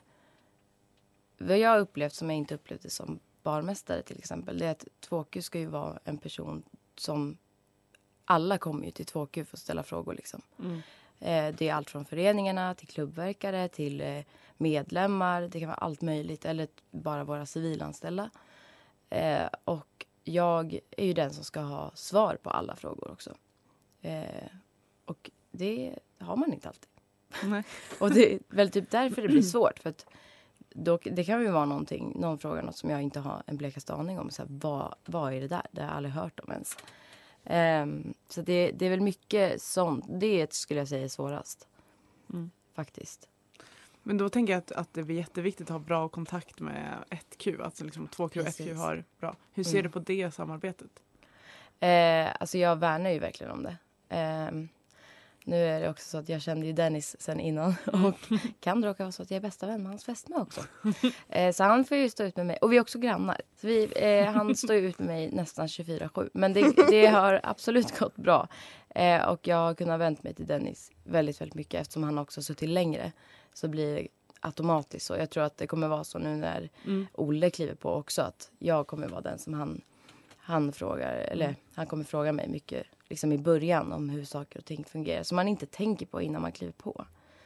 vad jag har upplevt som jag inte upplevde som barmästare till exempel, det är att två Q ska ju vara en person som alla kommer ju till två Q för att ställa frågor liksom. Mm. Eh, det är allt från föreningarna till klubbverkare till eh, medlemmar, det kan vara allt möjligt eller bara våra civilanställda. Eh, och jag är ju den som ska ha svar på alla frågor också. Eh, och det har man inte alltid. Nej. Och det är väl typ därför det blir svårt. För att då, det kan ju vara någonting, någon fråga, något som jag inte har en blekaste aning om. Så här, vad, vad är det där? Det har jag aldrig hört om ens. Um, så det, det är väl mycket sånt. Det skulle jag säga är svårast. Mm. Faktiskt. Men då tänker jag att, att det är jätteviktigt att ha bra kontakt med ett Q. Alltså liksom två Q och ett Q Precis. har bra. Hur ser Mm. du på det samarbetet? Eh, alltså jag värnar ju verkligen om det. Eh, nu är det också så att jag kände ju Dennis sen innan. Och kan det råka vara så att jag är bästa vän med hans fästmö också. Eh, så han får ju stå ut med mig. Och vi är också grannar. Så vi, eh, han står ju ut med mig nästan tjugofyra sju. Men det, det har absolut gått bra. Eh, och jag har kunnat vänta mig till Dennis väldigt, väldigt mycket. Eftersom han också suttit längre. Så blir det automatiskt så. Jag tror att det kommer vara så nu när Mm. Olle kliver på också. Att jag kommer vara den som han... Han frågar, eller Mm. han kommer fråga mig mycket liksom i början om hur saker och ting fungerar. Som man inte tänker på innan man kliver på.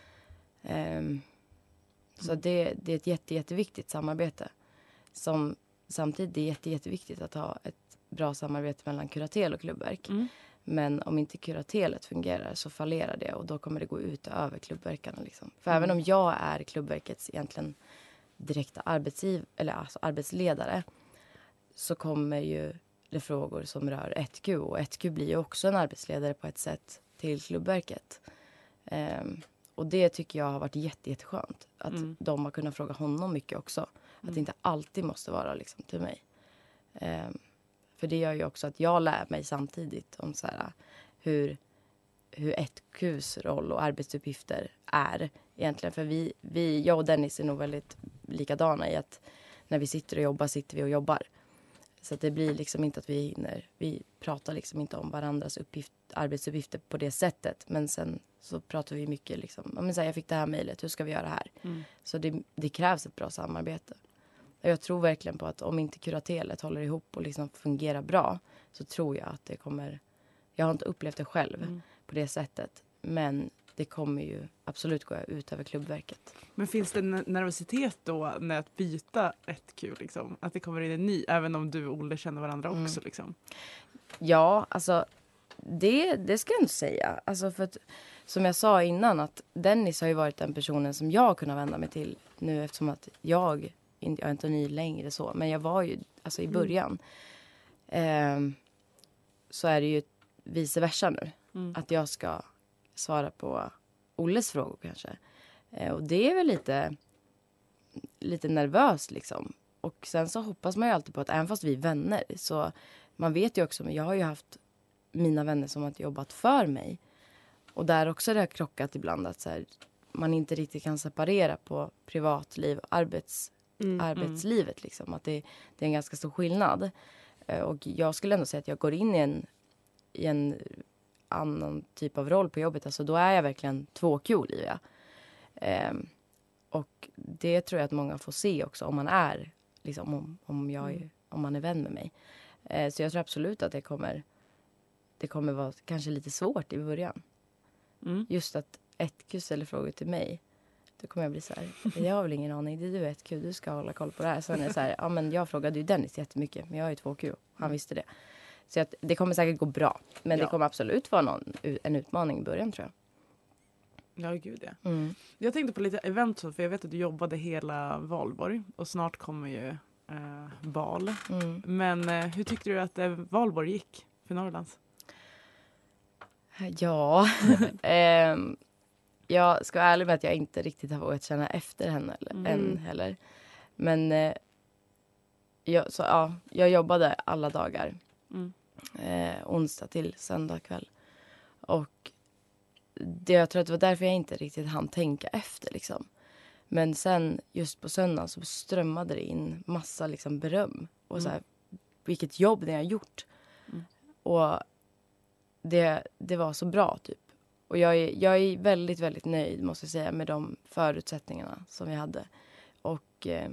Um, så Mm. det, det är ett jätte, jätteviktigt samarbete. Som samtidigt är jätte, jätteviktigt att ha ett bra samarbete mellan kuratel och klubbverk. Mm. Men om inte kuratelet fungerar så fallerar det. Och då kommer det gå ut över klubbverkarna. Liksom. För Mm. även om jag är klubbverkets egentligen direkta arbetsgiv, eller alltså arbetsledare. Så kommer ju det frågor som rör ett Q. Och ett Q blir ju också en arbetsledare på ett sätt till klubbverket. Um, och det tycker jag har varit jätte, jätteskönt. Att Mm. de har kunnat fråga honom mycket också. Att Mm. det inte alltid måste vara liksom till mig. Um, för det gör ju också att jag lär mig samtidigt om så här, hur, hur ett Qs roll och arbetsuppgifter är. Egentligen för vi, vi, jag och Dennis är nog väldigt likadana i att när vi sitter och jobbar sitter vi och jobbar. Så att det blir liksom inte att vi hinner, vi pratar liksom inte om varandras uppgift, arbetsuppgifter på det sättet. Men sen så pratar vi mycket liksom, ja, men så här, jag fick det här mejlet, hur ska vi göra här? Mm. Så det, det krävs ett bra samarbete. Och jag tror verkligen på att om inte kuratelet håller ihop och liksom fungerar bra så tror jag att det kommer, jag har inte upplevt det själv Mm. på det sättet. Men det kommer ju absolut gå ut över klubbverket. Men finns det en nervositet då när att byta ett Q liksom? Att det kommer in en ny, även om du och Olle känner varandra Mm. också liksom? Ja, alltså det, det ska jag inte säga. Alltså för att, som jag sa innan, att Dennis har ju varit den personen som jag har kunnat vända mig till nu, eftersom att jag, jag är inte ny längre så, men jag var ju, alltså i början, mm. eh, så är det ju vice versa nu. Mm. Att jag ska svara på Olles frågor kanske. Eh, och det är väl lite, lite nervöst liksom. Och sen så hoppas man ju alltid på att även fast vi är vänner, så man vet ju också, men jag har ju haft mina vänner som har jobbat för mig. Och där också det har krockat ibland att så här, man inte riktigt kan separera på privatliv och arbets, Mm. arbetslivet. Liksom. Att det, det är en ganska stor skillnad. Eh, och jag skulle ändå säga att jag går in i en, i en annan typ av roll på jobbet. Alltså då är jag verkligen två Q, Olivia. Eh, och det tror jag att många får se också om man är, liksom, om, om, jag är, om man är vän med mig. Eh, så jag tror absolut att det kommer, det kommer vara kanske lite svårt i början. Mm. Just att ett Q ställer frågor till mig. Då kommer jag bli så här, jag har väl ingen aning, det är du ett Q, du ska hålla koll på det här. Sen är det så här, ja men jag frågade ju Dennis jättemycket, men jag är ju två Q, han visste det. Så att det kommer säkert gå bra, men Ja. det kommer absolut vara någon, en utmaning i början tror jag. Ja, gud ja. Mm. Jag tänkte på lite event, för jag vet att du jobbade hela Valborg och snart kommer ju eh, val. Mm. Men eh, hur tyckte du att eh, Valborg gick för Norrlands? Ja, ehm, jag ska vara ärlig med att jag inte riktigt har vågat känna efter henne eller, Mm. än heller. Men eh, jag, så, ja, jag jobbade alla dagar. Mm. Eh, onsdag till söndag kväll. Och det, jag tror att det var därför jag inte riktigt hann tänka efter. Liksom. Men sen just på söndagen så strömmade det in massa liksom, beröm. Och så här, vilket jobb ni har gjort. Mm. Och det, det var så bra typ. Och jag är, jag är väldigt, väldigt nöjd måste jag säga med de förutsättningarna som vi hade. Och eh,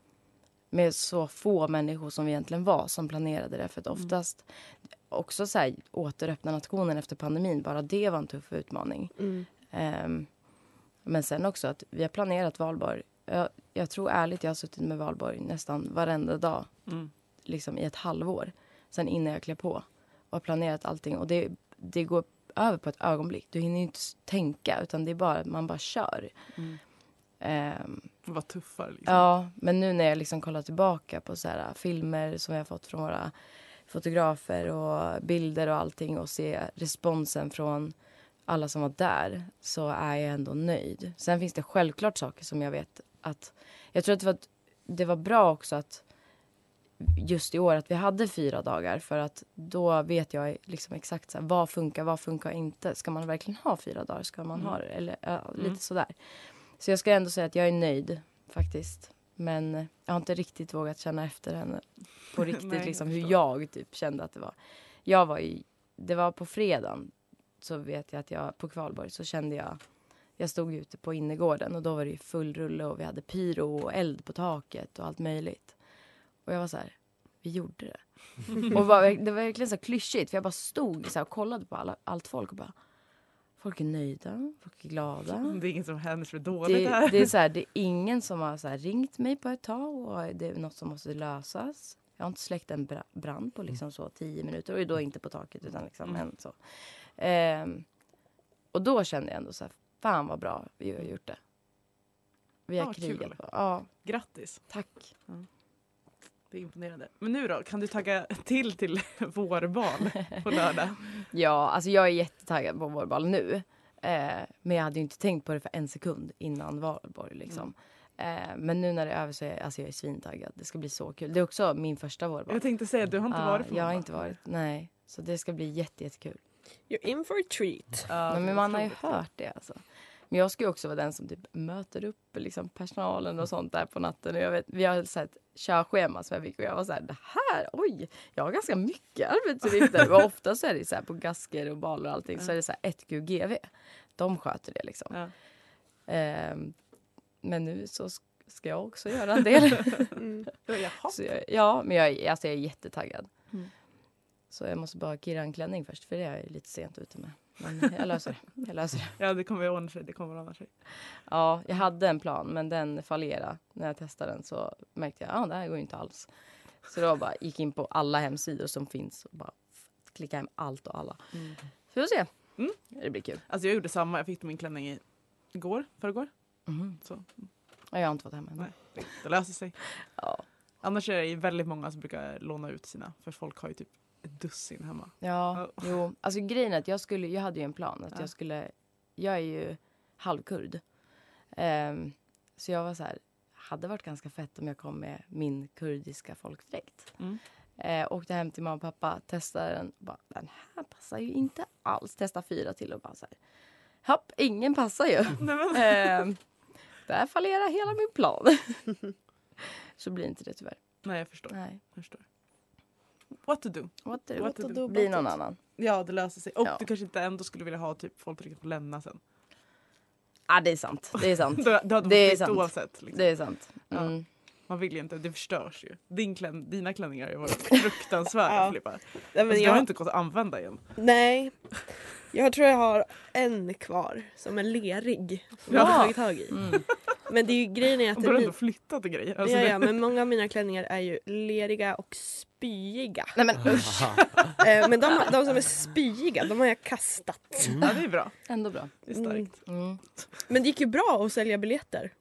med så få människor som vi egentligen var som planerade det. För att oftast också så här, återöppna nationen efter pandemin. Bara det var en tuff utmaning. Mm. Um, men sen också att vi har planerat Valborg. Jag, jag tror ärligt jag har suttit med Valborg nästan varenda dag. Mm. Liksom i ett halvår. Sen innan jag klev på. Och har planerat allting. Och det, det går över på ett ögonblick. Du hinner ju inte tänka. Utan det är bara, man bara kör. Mm. Um, Det var tuffare liksom. ja, men nu när jag liksom kollar tillbaka på så här, filmer som jag har fått från våra fotografer och bilder och allting. Och se responsen från alla som var där, så är jag ändå nöjd. Sen finns det självklart saker som jag vet att... Jag tror att det var, det var bra också att just i år att vi hade fyra dagar. För att då vet jag liksom exakt så här, vad funkar, vad funkar inte. Ska man verkligen ha fyra dagar? Ska man Mm. ha det? Eller ja, lite Mm. sådär. Så jag ska ändå säga att jag är nöjd faktiskt. Men jag har inte riktigt vågat känna efter henne på riktigt. Nej, jag liksom, hur förstår. jag typ kände att det var. Jag var ju, det var på fredagen. Så vet jag att jag på Kvalborg så kände jag. Jag stod ute på innergården och då var det ju full rulle. Och vi hade pyro och eld på taket och allt möjligt. Och jag var så här, vi gjorde det. Och var, det var verkligen så klyschigt. För jag bara stod så här och kollade på alla, allt folk och bara. Folk är nöjda, folk är glada. Det är inget som händer så dåligt Det, här. det, är så här, det är ingen som har så här ringt mig på ett tag och det är något som måste lösas. Jag har inte släckt en bra- brand på liksom så tio minuter och då inte på taket utan liksom Mm. en så. Ehm, och då kände jag ändå så här, fan vad bra vi har gjort det. Vi har Ja, krigat kul. på. Ja, Grattis. tack. Det är imponerande. Men nu då, kan du tagga till till vårbal på lördag? Ja, alltså jag är jättetaggad på vår bal nu. Eh, men jag hade ju inte tänkt på det för en sekund innan Valborg liksom. Eh, men nu när det är över så är alltså jag är svintaggad. Det ska bli så kul. Det är också min första vårbal. Jag tänkte säga att du har inte Ja, varit på jag har vårbal. inte varit, nej. Så det ska bli jätte, jättekul. You're in for a treat. Ja, Nej, det men är man har ju otroligt kul. hört det alltså. Men jag ska ju också vara den som typ möter upp liksom, personalen och sånt där på natten. Och jag vet, vi har så här ett körschema som jag fick och jag var så här, det här, oj, jag har ganska mycket arbetsuppgifter. Och ofta så är det så här på gasker och baller och allting så är det så här ett Q G V. De sköter det liksom. Ja. Ehm, men nu så sk- ska jag också göra en del. Mm. Jaha. Så jag, ja, men jag, är- alltså jag är jättetaggad. Mm. Så jag måste bara kirra en klänning först för det är jag lite sent ute med. Men jag löser det. Jag löser det. Ja, det kommer att ordna sig. Det kommer att ordna sig. Ja, jag hade en plan men den fallerade. När jag testade den så märkte jag att ah, det här går ju inte alls. Så då bara gick in på alla hemsidor som finns och bara klicka hem allt och alla. Mm. Så vi får se. Mm. Det blir kul. Alltså jag gjorde samma. Jag fick min klänning i igår, förrgår. Mm. Så Ja, jag har inte fått hem än. nej, det, det löser sig. Ja. Annars är det ju väldigt många som brukar låna ut sina. För folk har ju typ ett dussin hemma. Ja, Ja. jo. Alltså grejen är att jag skulle, jag hade ju en plan att Ja. jag skulle, jag är ju halvkurd. Ehm, så jag var så här, hade varit ganska fett om jag kom med min kurdiska folkdräkt. Mm. Eh, åkte hem till mamma och pappa, testade den. Bara, den här passar ju inte alls. Testa fyra till och bara så här. Hopp, ingen passar ju. Nej, men. eh, där fallerar hela min plan. Så blir inte det tyvärr. Nej, jag förstår. Nej. Jag förstår. What to do? What to, What what to to do do about blir någon it? annan. Ja, det löser sig. Och Ja. du kanske inte ändå skulle vilja ha typ folkdräkt på lämna sen. Ja, ah, det är sant. Det är sant. Du, du hade Det är fått sant. oavsett. Liksom. Det är sant. Ja. Mm. Man vill ju inte, det förstörs ju. Din klän, dina klänningar har ju varit fruktansvärda Ja. Filippa. Nej, Alltså, men det har jag, inte gått att använda igen. nej, jag tror jag har en kvar som är lerig. Som jag Ja. har tagit tag i. Mm. Men det är ju grejen är att Och det då har du blir, ändå flyttat och grejer. Alltså, ja, det- ja, men många av mina klänningar är ju leriga och spyiga. Nej men usch. Eh, men de, de som är spyiga, de har jag kastat. Ja, det är bra. Ändå bra. Det är starkt. Mm. Men det gick ju bra att sälja biljetter.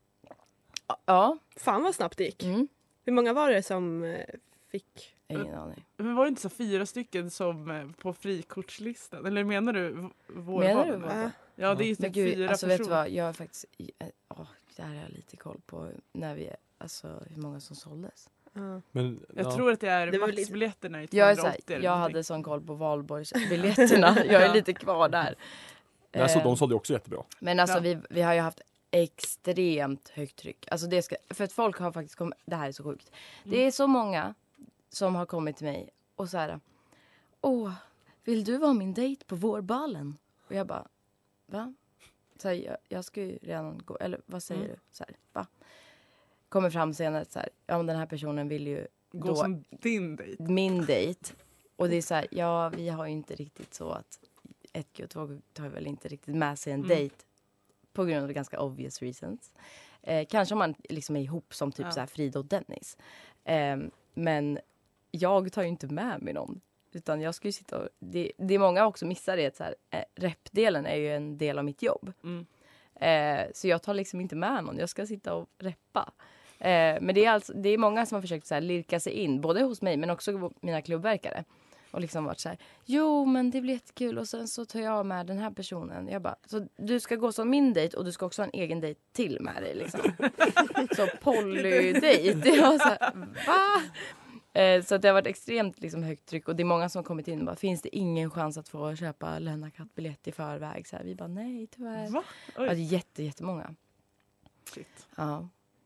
Ja. Fan vad snabbt det gick. Mm. Hur många var det som eh, fick? Ingen aning. Men var det inte så fyra stycken som eh, på frikortslistan? Eller menar du v- vårvalen? Menar du va? Va? Ja, det är ju Men typ gud, fyra alltså vet du personer. vad, jag är faktiskt, eh, åh, det här har jag lite koll på när vi, alltså hur många som såldes. Ja. Men, Jag ja. tror att det är Det var väl lite- maxbiljetterna i Jag är så tvåhundraåttio här, eller jag någonting. hade sån koll på valborgsbiljetterna, jag är Ja. lite kvar där. Jag såg, Eh, de sålde ju också jättebra. Men alltså Ja. vi, vi har ju haft extremt högt tryck. Alltså det ska, för att folk har faktiskt kommit, det här är så sjukt. Mm. Det är så många som har kommit till mig och så här, åh, vill du vara min dejt på vårbalen? Och jag bara, va? Så här, jag, jag ska ju redan gå, eller vad säger Mm. du? Så här, va? Kommer fram senare så här, ja men den här personen vill ju Gå då som din dejt. min dejt. Och det är så här, ja vi har ju inte riktigt så att ett G och två G tar väl inte riktigt med sig en Mm. dejt på grund av ganska obvious reasons. Eh, kanske om man liksom är ihop som typ Ja. så här Frida och Dennis. Eh, men jag tar ju inte med mig någon. Utan jag ska ju sitta och, det, det är många också missar det. Så här, eh, repdelen är ju en del av mitt jobb. Mm. Eh, så jag tar liksom inte med någon. Jag ska sitta och reppa. Eh, men det är, alltså, det är många som har försökt så här, lirka sig in. Både hos mig men också mina klubbverkare. Och liksom varit så här, jo men det blir jättekul och sen så tar jag med den här personen. Jag bara, så du ska gå som min dejt och du ska också ha en egen dejt till med dig liksom. Så polydejt. Jag var så här, va? Eh, så att det har varit extremt liksom, högt tryck och det är många som har kommit in och bara, finns det ingen chans att få köpa Lennart Katt-biljett i förväg? Så här, vi bara, nej tyvärr. Va? Ja, Oj, det är jätte, jättemånga. shit. Ja.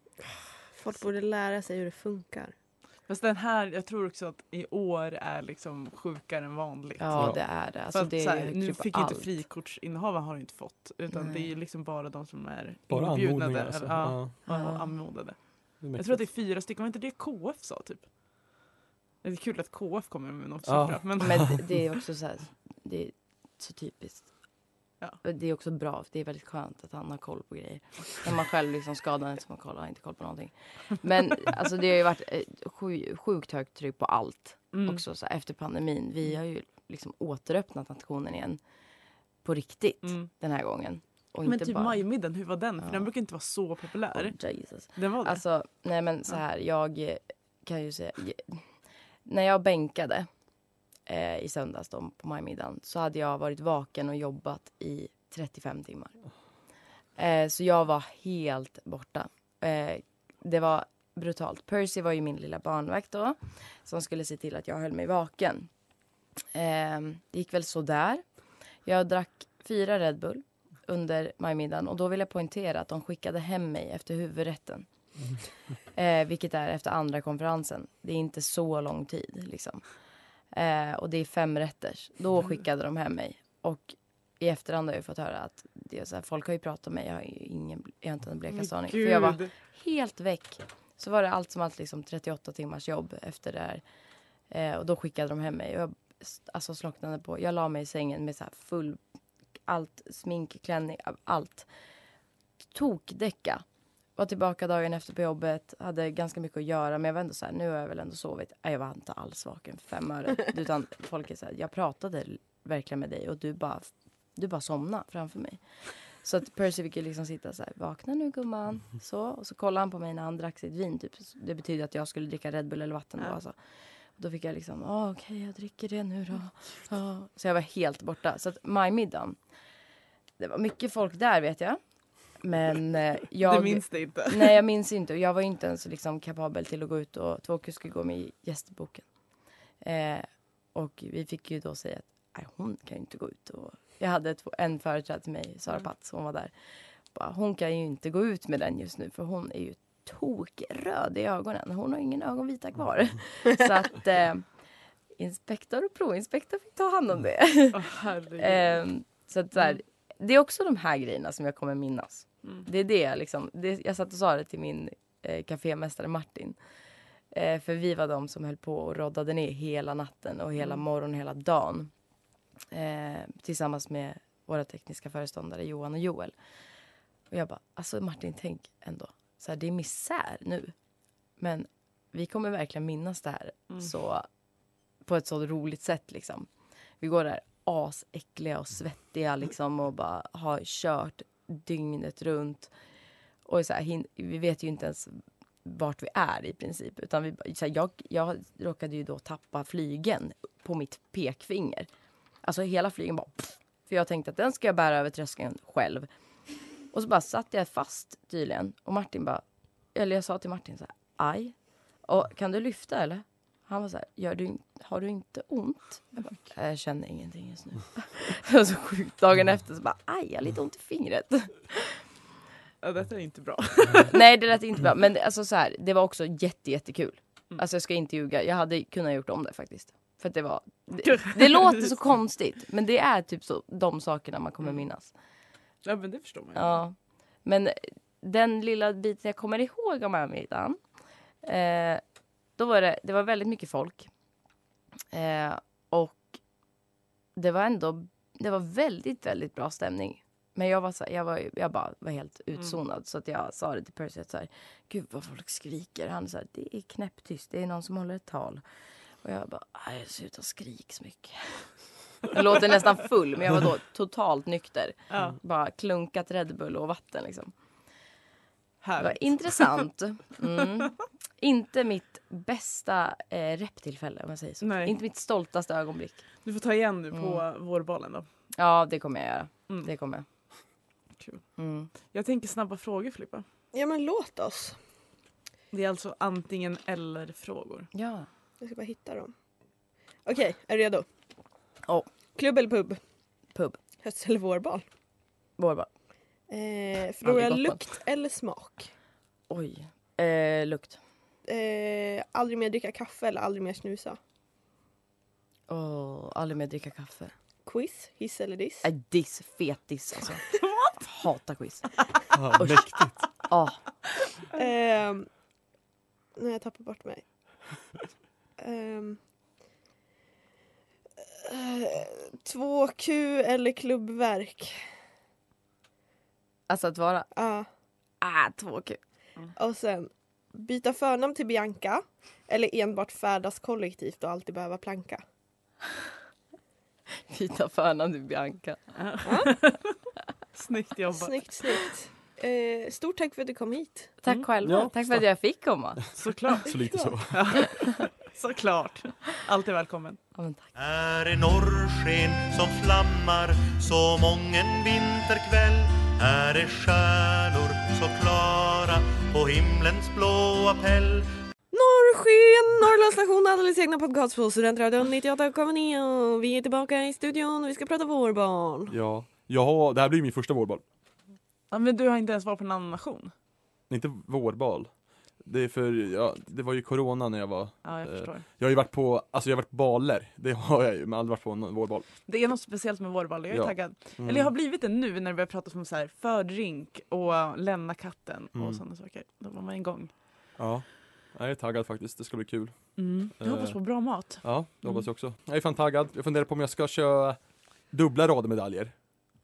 Folk borde lära sig hur det funkar. Fast den här, jag tror också att i år är liksom sjukare än vanligt. Ja, Ja. det är det. För Alltså, att, det så är här, högt nu tryck på fick ju inte allt. frikortsinnehavaren har ju inte fått. Utan Nej. det är ju liksom bara de som är Bara inbjudna. anmodningar. Alltså. Eller, ja, Ja, ja. Ja. anmodade. det är Jag tror att det är mäktigt. fyra stycken. Var inte det K F sa typ? Det är kul att K F kommer med något Ja. siffra. Men, Men det- det är också så här, det är så typiskt. Ja. Det är också bra, för det är väldigt skönt att han har koll på grejer. När man själv liksom skadar inte man koll, har inte koll på någonting. Men alltså det har ju varit eh, sju, sjukt högt tryck på allt. mm. Också så här, efter pandemin. Vi har ju liksom återöppnat nationen igen på riktigt Mm. den här gången. Och Men inte typ bara... majmiddagen, hur var den? För Ja. den brukar inte vara så populär. Oh, Jesus. Den var det? Alltså, nej men så här, jag eh, kan ju säga... eh, När jag bänkade eh, i söndags då, på majmiddagen så hade jag varit vaken och jobbat i trettiofem timmar. Eh, så jag var helt borta. Eh, det var brutalt. Percy var ju min lilla barnvakt då som skulle se till att jag höll mig vaken. Eh, det gick väl så där. Jag drack fyra Red Bull under majmiddagen och då vill jag poängtera att de skickade hem mig efter huvudrätten. Eh, vilket är efter andra konferensen. Det är inte så lång tid liksom. Eh, och det är fem rätters. Då skickade de hem mig. Och i efterhand har jag fått höra att det är så här, folk har ju pratat med mig. Jag har ju ingen, jag har inte en blekaste aning. För jag var Gud. helt väck. Så var det allt som allt liksom trettioåtta timmars jobb efter det här. Eh, och då skickade de hem mig. Och jag alltså slocknade på. Jag la mig i sängen med så här full allt, smink, klänning, allt. Tokdäcka. Var tillbaka dagen efter på jobbet, hade ganska mycket att göra, men jag var ändå så här, nu har jag väl ändå sovit. Nej, jag var inte alls vaken för fem öre. Utan folk är så här, jag pratade verkligen med dig och du bara, du bara somnade framför mig. Så att Percy fick ju liksom sitta så här, vakna nu gumman. Så, och så kollade han på mig när han drack sitt vin. Typ. Det betyder att jag skulle dricka Red Bull eller vatten. Ja. Då, alltså. Och då fick jag liksom, ah, okej okay, jag dricker det nu då. Ah. Så jag var helt borta. Så att majmiddagen, det var mycket folk där vet jag. Men eh, jag... Du minns det inte? Nej, jag minns inte. Och jag var inte ens liksom kapabel till att gå ut och Tvååker skulle gå med i gästboken. Eh, och vi fick ju då säga att nej, hon kan ju inte gå ut. Och jag hade två, en företrädare till mig, Sara Patz, hon var där. Bara, hon kan ju inte gå ut med den just nu för hon är ju tokröd i ögonen. Hon har ingen ögonvita kvar. Så att eh, inspektor och provinspektor fick ta hand om det. Oh, herregud. eh, så att så här, det är också de här grejerna som jag kommer minnas. Mm. Det är det liksom. Det, jag satt och sa det till min eh, kafémästare Martin. Eh, för vi var de som höll på och roddade ner hela natten och hela mm. morgonen, hela dagen. Eh, tillsammans med våra tekniska föreståndare Johan och Joel. Och jag bara, alltså Martin, tänk ändå. Så här, det är misär nu. Men vi kommer verkligen minnas det här mm. så, på ett så roligt sätt liksom. Vi går där asäckliga och svettiga liksom och bara har kört dygnet runt. Och så här, hin- vi vet ju inte ens vart vi är i princip. Utan vi, så här, jag, jag råkade ju då tappa flygen på mitt pekfinger. Alltså hela flygen bara... Pff, för jag tänkte att den ska jag bära över tröskeln själv. Och så bara satt jag fast tydligen. Och Martin bara... Eller jag sa till Martin så här... Aj. Och kan du lyfta eller? Han var så här... Gör du, har du inte ont? Jag bara... Jag känner ingenting just nu. Och så sjukt dagen efter så bara... Aj, jag har lite ont i fingret. Ja, detta är inte bra. Nej, det lät inte bra. Men alltså så här... Det var också jätte, jättekul. Mm. Alltså jag ska inte ljuga. Jag hade kunnat gjort om det faktiskt. För att det var... Det, det låter så konstigt. Men det är typ så de sakerna man kommer minnas. Ja, men det förstår man ju. Ja. Men den lilla biten jag kommer ihåg om middagen. Eh, då var det... Det var väldigt mycket folk. Eh, och det var ändå... Det var väldigt, väldigt bra stämning. Men jag var så här, jag var jag bara var helt utzonad mm. så att jag sa det till Percy att så här, gud vad folk skriker. Han sa det är knäpptyst, det är någon som håller ett tal. Och jag bara, jag ser ut att skrika så mycket. Jag låter nästan full, men jag var då totalt nykter. Ja. Bara klunkat Red Bull och vatten liksom. Härligt. Det var intressant. Mm. Inte mitt bästa eh, reptillfälle om jag säger så. Nej. Inte mitt stoltaste ögonblick. Du får ta igen nu på mm. vårbollen då. Ja, det kommer jag göra. Mm. Det kommer jag. Kul. Mm. Jag tänker snabba frågor, Filippa. Ja, men låt oss. Det är alltså antingen eller frågor. Ja. Jag ska bara hitta dem. Okej, okay, är du redo? Oh. Klubb eller pub? Pub. Höst eller vårbal? Vårbal. Eh, fråga lukt eller smak? Oj. Eh, lukt. Eh, aldrig mer dricka kaffe eller aldrig mer snusa? Åh, oh, aldrig mer dricka kaffe. Quiz, hiss eller diss? Äh, diss, fet diss alltså. Hatar quiz. Ja, mäktigt. Ja. Eh, nej, jag tappar bort mig. Um, uh, två Q eller klubbverk? Alltså att vara? Ja. Uh. Ah, två Q. Mm. Och sen byta förnamn till Bianca eller enbart färdas kollektivt och alltid behöva planka? Byta förnamn till Bianca. Uh. Snyggt jobbat. Snyggt, snyggt. Eh, stort tack för att du kom hit. Tack mm. själv. Ja, tack för att jag fick komma. Såklart. Så lite så. Såklart. Alltid välkommen. Ja, men tack. Här är norrsken som flammar så mången vinterkväll. Här är stjärnor så klara på himlens blåa pell. Norrsken, Norrlands station, alldeles egna podcast på Studentradion nittioåtta komma nio. Vi är tillbaka i studion och vi ska prata vårbarn. Ja, jag har, det här blir min första vårbal. Ja, men du har inte ens varit på en annan nation. Inte vårbal. Det är för, ja, det var ju corona när jag var... Ja, jag förstår. Eh, jag har ju varit på, alltså jag har varit på baler. Det har jag ju, men aldrig varit på en vårbal. Det är något speciellt med vårbal, jag är ja. taggad. Mm. Eller jag har blivit det nu när vi har pratat om så här fördrink och lämna katten och mm. sådana saker. Då var man igång. Ja, jag är taggad faktiskt. Det ska bli kul. Mm. Jag hoppas på bra mat. Ja, det hoppas jag också. Jag är fan taggad. Jag funderar på om jag ska köra dubbla rader medaljer.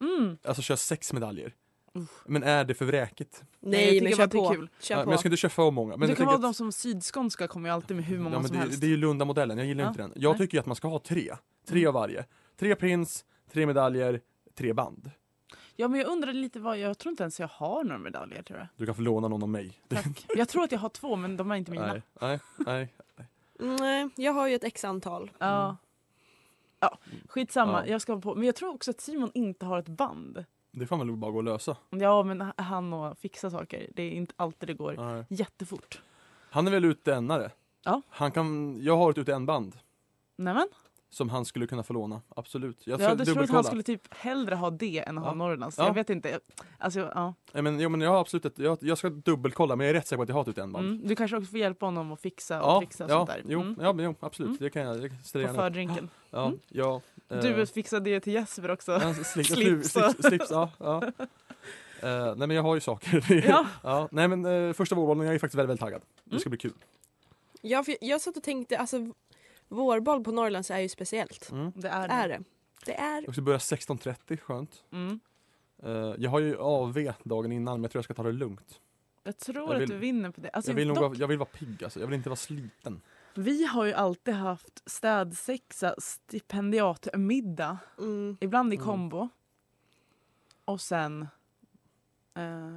Mm. Alltså köra sex medaljer. Uff. Men är det för vräkigt? Nej, jag men tycker kör bara att det är på. kul. Kör Ja, på. men jag ska inte köra för många. Men det jag kan tänker vara att- de som sydskånska kommer ju alltid med hur många Ja, men som det, helst. det är ju Lunda-modellen, jag gillar Ja, inte den. Jag nej. tycker att man ska ha tre. Tre Mm. av varje. Tre prins, tre medaljer, tre band. Ja, men jag undrar lite vad, jag tror inte ens jag har några medaljer, tror jag. Du kan få låna någon av mig. Tack. Jag tror att jag har två, men de är inte mina. Nej, nej, nej. Nej, jag har ju ett x-antal. Ja. Ja, skitsamma. Ja. Jag ska på. Men jag tror också att Simon inte har ett band. Det får man väl bara gå och lösa. Ja, men han och fixa saker. Det är inte alltid det går Nej. jättefort. Han är väl utänare? Ja. Han kan, jag har ett utän-band Nämen. som han skulle kunna få låna. Absolut. Jag Jag ska hade trott att dubbelkolla. han skulle typ hellre ha det än att Ja. ha Norrlands. Ja. Jag vet inte. Alltså, ja. Nej, men, jo, men jag har absolut ett, jag, jag ska dubbelkolla, men jag är rätt säker på att jag har ett utän-band. Mm. Du kanske också får hjälpa honom att fixa och Ja, trixa och ja, sånt där. jo, Mm. ja, men, jo, absolut. Mm. Det kan jag, jag ställer På gärna upp. fördrinken. Ja, Mm. ja, eh, Du fixade det till Jesper också. ja, slips, Slips slips, och- slips, slips, ja, ja. Eh, nej men jag har ju saker. Ja. ja, nej men uh, första vårbollen, jag är faktiskt väldigt, väldigt taggad. Det ska bli kul. Ja, för jag satt och tänkte, alltså vårboll på Norrlands är ju speciellt. Mm. Det är Det är det. det. Det är... Jag ska börja sexton trettio, skönt. Mm. Eh, jag har ju A V dagen innan, men jag tror jag ska ta det lugnt. Jag tror Jag vill- att du vinner på det. Alltså, jag, vill nog dock, vara, jag vill vara pigg alltså. Jag vill inte vara sliten. vi har ju alltid haft städsexa, stipendiatmiddag. Mm. Ibland i Mm. kombo. Och sen eh,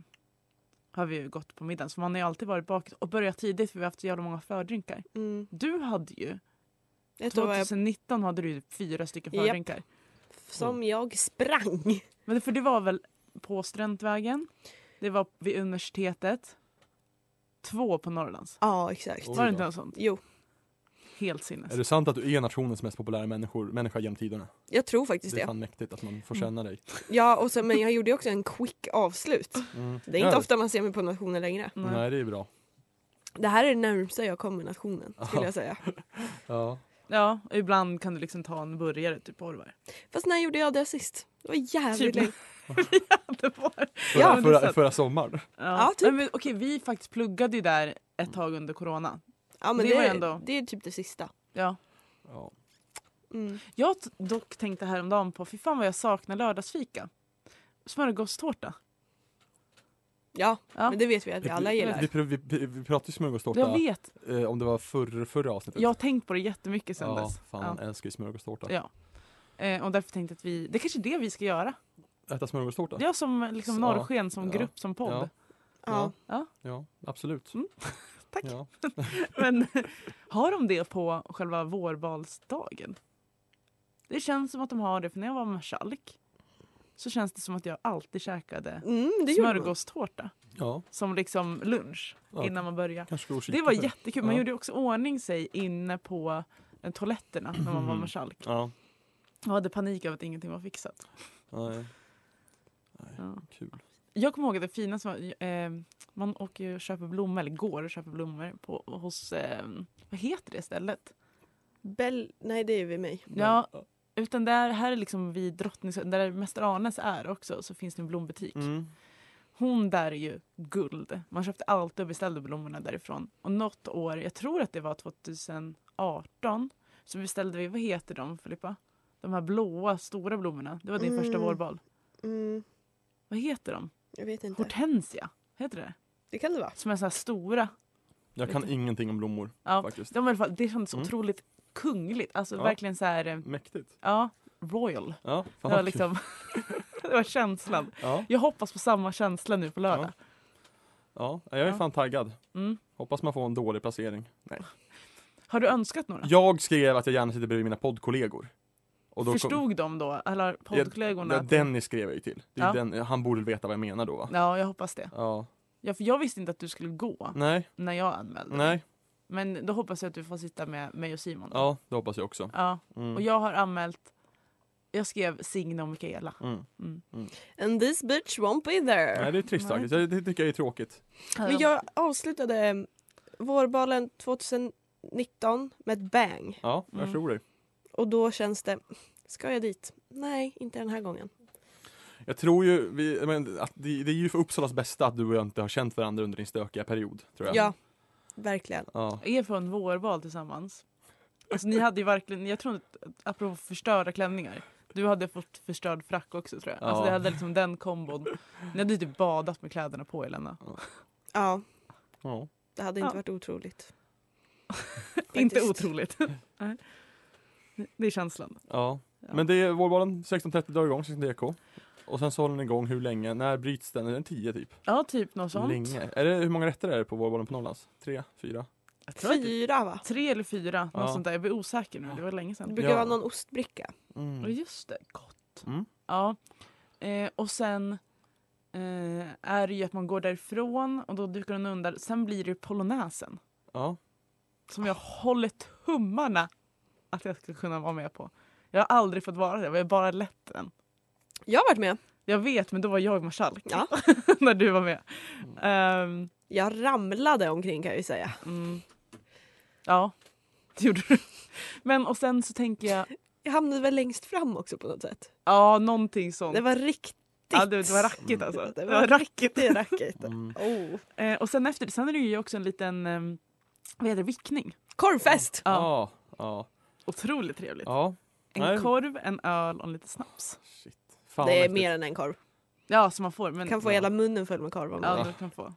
har vi ju gått på middagen. Så man har ju alltid varit bakis och börjat tidigt för vi har haft så jävla många fördrinkar. Mm. Du hade ju, Ett år var jag, tjugonitton hade du fyra stycken Japp. fördrinkar. som jag sprang. Men det, för det var väl på Studentvägen, det var vid universitetet, två på Norrlands. Ja, exakt. Oj Var det då. inte något sånt? Jo, Helt sinnes. Är det sant att du är nationens mest populära människor, människa genom tiderna? jag tror faktiskt Det är det. fan mäktigt att man får känna dig. Ja, och sen, men jag gjorde ju också en quick avslut. Mm. Det är inte Ja, ofta man ser mig på nationen längre. Nej. Nej, det är bra. Det här är det närmsta jag kommer nationen, skulle Ja. jag säga. Ja. Ja, ibland kan du liksom ta en burgare typ på det var. Fast när gjorde jag det sist? Det var jävligt Typ. länge. Det var Förra, Ja, men det är förra, sant. förra sommaren. Ja, Ja, typ. men, okej, vi faktiskt pluggade ju där ett tag under corona. Ja, men Det det, var är, ändå- det är typ det sista. Ja. Ja. Mm. Jag t- dock tänkte häromdagen på, fy fan vad jag saknar lördagsfika. Smörgåstårta. Ja, Ja. men det vet vi att vi alla gillar. Vi, vi, vi, vi pratade ju smörgåstårta Jag vet. eh, om det var förr, förra avsnittet. Jag har tänkt på det jättemycket sen ja, dess. fan Ja. man älskar ju smörgåstårta. Ja. Eh, och därför tänkte jag att vi, det är kanske är det vi ska göra. Äta smörgåstårta? Det är som liksom Ja. Norrsken, som Ja. grupp, som podd. Ja. Ja. Ja, ja absolut. Mm. Tack. Ja. Men har de det på själva vårbalsdagen? Det känns som att de har det, för när jag var med Schalk så känns det som att jag alltid käkade Mm, det gjorde man. smörgåstårta ja, som liksom lunch Ja. innan man börjar. kanske gå och kika Det var på jättekul. Man Ja. gjorde också ordning sig inne på eh, toaletterna när man var Mm. med Schalk. Ja, Jag hade panik över att ingenting var fixat. nej. Nej, Ja. kul. Jag kommer ihåg att det fina som var, eh, man åker ju och köper blommor, eller går och köper blommor på, hos, eh, vad heter det stället? Bell... Nej, det är vid mig. Ja, utan där, här är liksom vid Drottnings, där Mäster Arnes är också, så finns det en blombutik. Mm. Hon där är ju guld. Man köpte alltid och beställde blommorna därifrån. Och något år, jag tror att det var tjugoarton, så beställde vi, vad heter de Filippa? De här blåa, stora blommorna. Det var din Mm. första vårbal. Mm, Vad heter de? jag vet inte. Hortensia, heter det? Det kan det vara. Som är så här stora. Jag kan Vet du? ingenting om blommor Ja, faktiskt. de, i alla fall, det kändes Mm. otroligt kungligt. Alltså Ja. verkligen så här, eh, Mäktigt. ja, royal. Ja, Det fan var vad liksom, det var känslan. kul. Ja, Jag hoppas på samma känsla nu på lördag. ja, jag är Ja. fan taggad. Mm. Hoppas man får en dålig placering. Nej. Har du önskat några? Jag skrev att jag gärna sitter bredvid mina poddkollegor. Och då kom- Förstod de då? Eller poddkollegorna? Ja, Dennis skrev jag ju till. Det är Ja. den, han borde väl veta vad jag menar då va? Ja, jag hoppas det. Ja. Ja, för jag visste inte att du skulle gå Nej, när jag anmälde. nej. Men då hoppas jag att du får sitta med mig och Simon. Då. Ja, det hoppas jag också. Ja. Mm. Och jag har anmält, jag skrev Signe och Mikaela. Mm. Mm. And this bitch won't be there. Nej, det är trist Nej. faktiskt. Det, det tycker jag är tråkigt. Men jag avslutade vårbalen tjugonitton med ett bang. Ja, jag Mm. tror det. Och då känns det, ska jag dit? Nej, inte den här gången. Jag tror ju, vi, men, att det, det är ju för Uppsalas bästa att du och jag inte har känt varandra under din stökiga period, tror jag. Ja, verkligen. Ja. Er på en vårbal tillsammans. Alltså ni hade ju verkligen, jag tror inte, apropå förstöra klänningar. Du hade fått förstörd frack också tror jag. Ja. Alltså det hade liksom den kombon. Ni hade ju typ badat med kläderna på Elena. Ja, Ja. det hade inte Ja. varit otroligt. Inte Faktiskt. otroligt. Nej. Det är känslan. Ja. Ja. Men det är vårbollen sexton trettio drar igång sexton D K. Och sen så håller den igång hur länge? När bryts den? Är den tio typ? Ja, typ något sånt. Länge. Är det, hur många rätter är det på vårbollen på Norrlands? Tre? Fyra? Jag tror att det Fyra va? tre eller fyra. Ja. Något sånt där. Jag blir osäker nu. Det var länge Det sedan. brukar Ja. vara någon ostbricka. Och Mm. just det. Gott. Mm. Ja. Eh, och sen eh, är det ju att man går därifrån och då dukar den under. Sen blir det polonäsen. Ja. Som jag håller tummarna att jag ska kunna vara med på. Jag har aldrig fått vara det. Jag har bara lett den. Jag har varit med. Jag vet, men då var jag marskalk. Ja. När du var med. Ehm, Jag ramlade omkring kan jag ju säga. mm. Ja, det gjorde du. Men och sen så tänker jag, Jag hamnade väl längst fram också på något sätt. ja någonting sånt. Det var riktigt. Ja, det, det var rackigt alltså. Det Det var var rackigt. Det är rackigt. Mm. Oh. Eh, och sen efter det, sen är det ju också en liten, eh, vad heter det, vickning. Korvfest! Ja. Ja. Ja. Otroligt trevligt. Ja. En Nej. korv, en öl och en lite snaps. Shit. Fan, Det är vad mäktigt. mer än en korv. Ja, som man får. Men, Kan få hela munnen full med korv om Ja, man du kan få.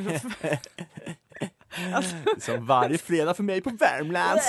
Som varje fredag för mig på Värmlands.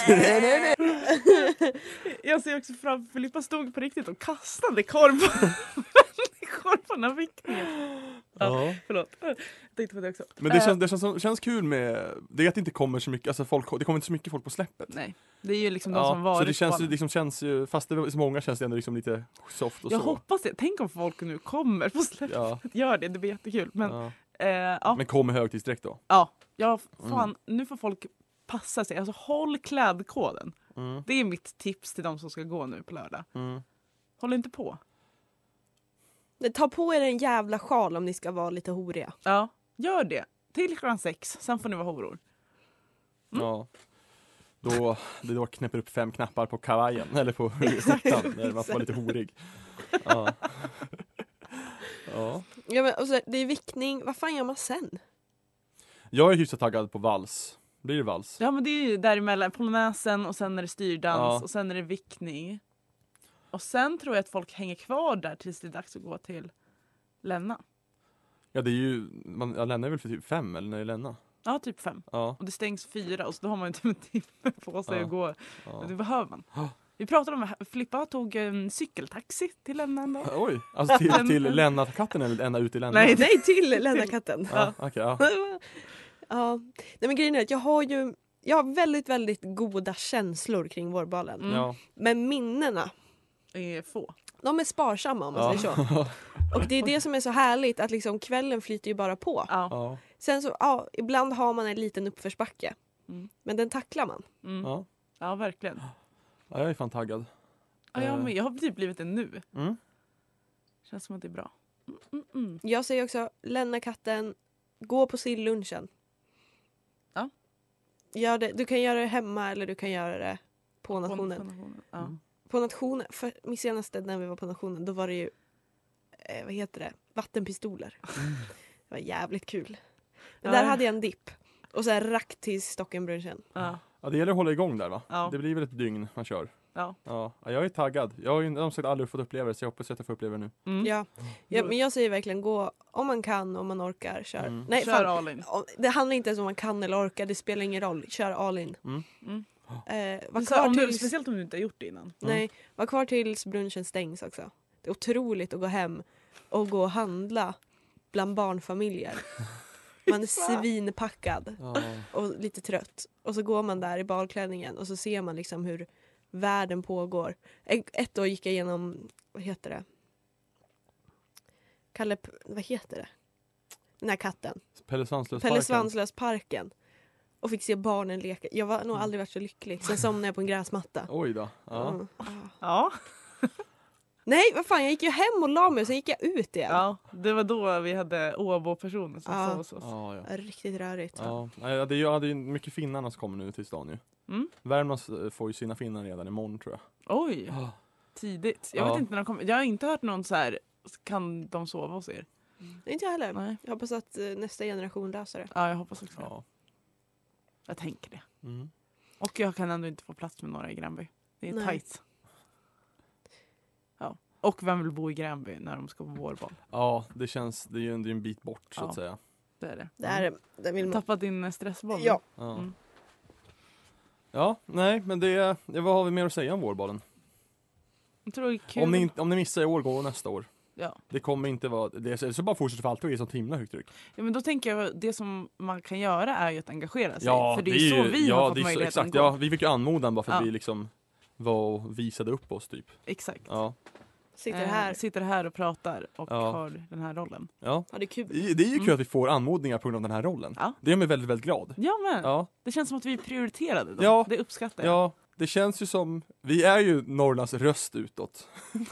Jag ser också fram Filippa stod på riktigt och kastade korv på, korv på den här vickningen. Ja. Förlåt. Jag tänkte på det också. Men det Eh, känns, det känns, känns kul med det är att det inte kommer så mycket, alltså folk, det kommer inte så mycket folk på släppet. Nej, det är ju liksom de Ja, som varit så det känns, på- ju- liksom, känns ju, fast det är så många känns det ändå liksom lite soft och Jag så. hoppas det. Tänk om folk nu kommer på släppet. Ja, Gör det, det blir jättekul. Men ja. eh, ja, Men kom med högtidsdräkt då. ja, ja fan, nu får folk passa sig. Alltså håll klädkoden. Mm. Det är mitt tips till de som ska gå nu på lördag. Mm. Håll inte på. Ta på er en jävla sjal om ni ska vara lite horiga. Ja, gör det. Till klockan sex, sen får ni vara horor. Mm. Ja. Då, det då knäpper upp fem knappar på kavajen, eller på skjortan, där man får vara lite horig. Ja. Ja. Ja, men, och så, det är vickning. Vad fan gör man sen? Jag är hyfsat taggad på vals. Blir det vals? Ja, men det är ju däremellan polonäsen och sen är det styrdans Ja. och sen är det vickning. Och sen tror jag att folk hänger kvar där tills det är dags att gå till Länna. Ja, det är ju, man, jag lämnar väl för typ fem, eller när är Länna? Ja, typ fem. Ja. Och det stängs fyra och så då har man ju typ en timme på sig Ja. att gå. Ja. Det behöver man. Ja. Vi pratade om, Filippa tog en cykeltaxi till Länna en dag. Oj, alltså till, till Lennart-katten eller ända ut i Länna? Nej, Nej, till Lennakatten. Ja, okej, ja. Ja. Nej, men grejen är att jag har ju jag har väldigt, väldigt goda känslor kring vårbalen. Mm. Ja. Men minnena, är få. de är sparsamma om man Ja. säger så. Och det är det som är så härligt, att liksom kvällen flyter ju bara på. Ja. Ja. Sen så, ja, ibland har man en liten uppförsbacke. Mm. Men den tacklar man. Mm. Ja. Ja, verkligen. Ja, jag är fan taggad. Ja, jag, med. jag har typ blivit det nu. Mm. Känns som att det är bra. Mm, mm, mm. Jag säger också, Lennakatten, gå på sillunchen. Ja. Gör det, du kan göra det hemma eller du kan göra det på På nationen. nationen. Ja. Mm. På nationen, för min senaste när vi var på nationen, då var det ju, eh, vad heter det, vattenpistoler. Det var jävligt kul. Men Ja. där hade jag en dipp. Och sen rack till Stockenbrunchen. Ja. Ja, det gäller att hålla igång där va? Ja. Det blir väl ett dygn man kör. Ja. Ja, ja, jag är taggad. Jag har ju som sagt aldrig fått uppleva det, så jag hoppas att jag får uppleva det nu. Mm. Ja. ja, men jag säger verkligen gå, om man kan, om man orkar, kör. Mm. Nej, Kör fan, all in. om- det handlar inte ens om man kan eller orkar, det spelar ingen roll. Kör all in. Mm. Mm. Eh, var Men så, kvar om du, tills, speciellt om du inte har gjort det innan. nej, var kvar tills brunchen stängs också. Det är otroligt att gå hem och gå och handla bland barnfamiljer. Man är svinpackad Ja. och lite trött. Och så går man där i balklänningen och så ser man liksom hur världen pågår. Ett ett år gick jag igenom, vad heter det? Kalle, P- vad heter det? Den här katten. Pelle Svanslös Pelle parken. Svanslös parken. Och fick se barnen leka. Jag var nog aldrig varit så lycklig. Sen somnade jag på en gräsmatta. Oj då. Ja. Mm. Ah. Ja. Nej, vad fan, jag gick ju hem och la mig och sen gick jag ut igen. Ja, det var då vi hade Åbo-personer som Ja. sov hos oss. Ja, ja. Riktigt rörigt. Ja, ja, det är ju det är mycket finnarna som kommer nu till stan ju. Mm. Värmland eh, får ju sina finnar redan imorgon tror jag. Oj, tidigt. Jag Ja. vet inte när de kommer. Jag har inte hört någon så här, kan de sova hos er? Nej, inte jag heller. Nej. Jag hoppas att eh, nästa generation löser det. Ja, jag hoppas också det. Ja. Jag tänker det. Mm. Och jag kan ändå inte få plats med några i Gränby. Det är Nej. tajt. Och vem vill bo i Gränby när de ska på vårbal? Ja, det känns, det är ju en, det är en bit bort så Ja. att säga. Det är det. Det är, det vill man. Tappat din stressboll? Ja. Ja, Mm. ja nej men det, det, vad har vi mer att säga om vårbollen? Jag tror det är kul. Om ni, inte- om ni missar i år, går nästa år. Ja. Det kommer inte vara, det är så bara fortsätter för alltid och ge sånt himla högt tryck. Ja, men då tänker jag det som man kan göra är ju att engagera sig. Ja, för det är ju så ju- vi ja, har fått det är så- möjligheten exakt, att gå. ja, vi fick ju anmodan bara för att Ja. vi liksom var och visade upp oss typ. Exakt. Ja, Sitter Eh, här. sitter här och pratar och Ja. har den här rollen. ja. Ja, det är kul. Det det är ju kul Mm. att vi får anmodningar på grund av den här rollen. Ja. Det gör mig väldigt, väldigt glad. Ja, men Ja, det känns som att vi är prioriterade då. Ja. Det uppskattar jag. ja, det känns ju som, vi är ju Norrlands röst utåt.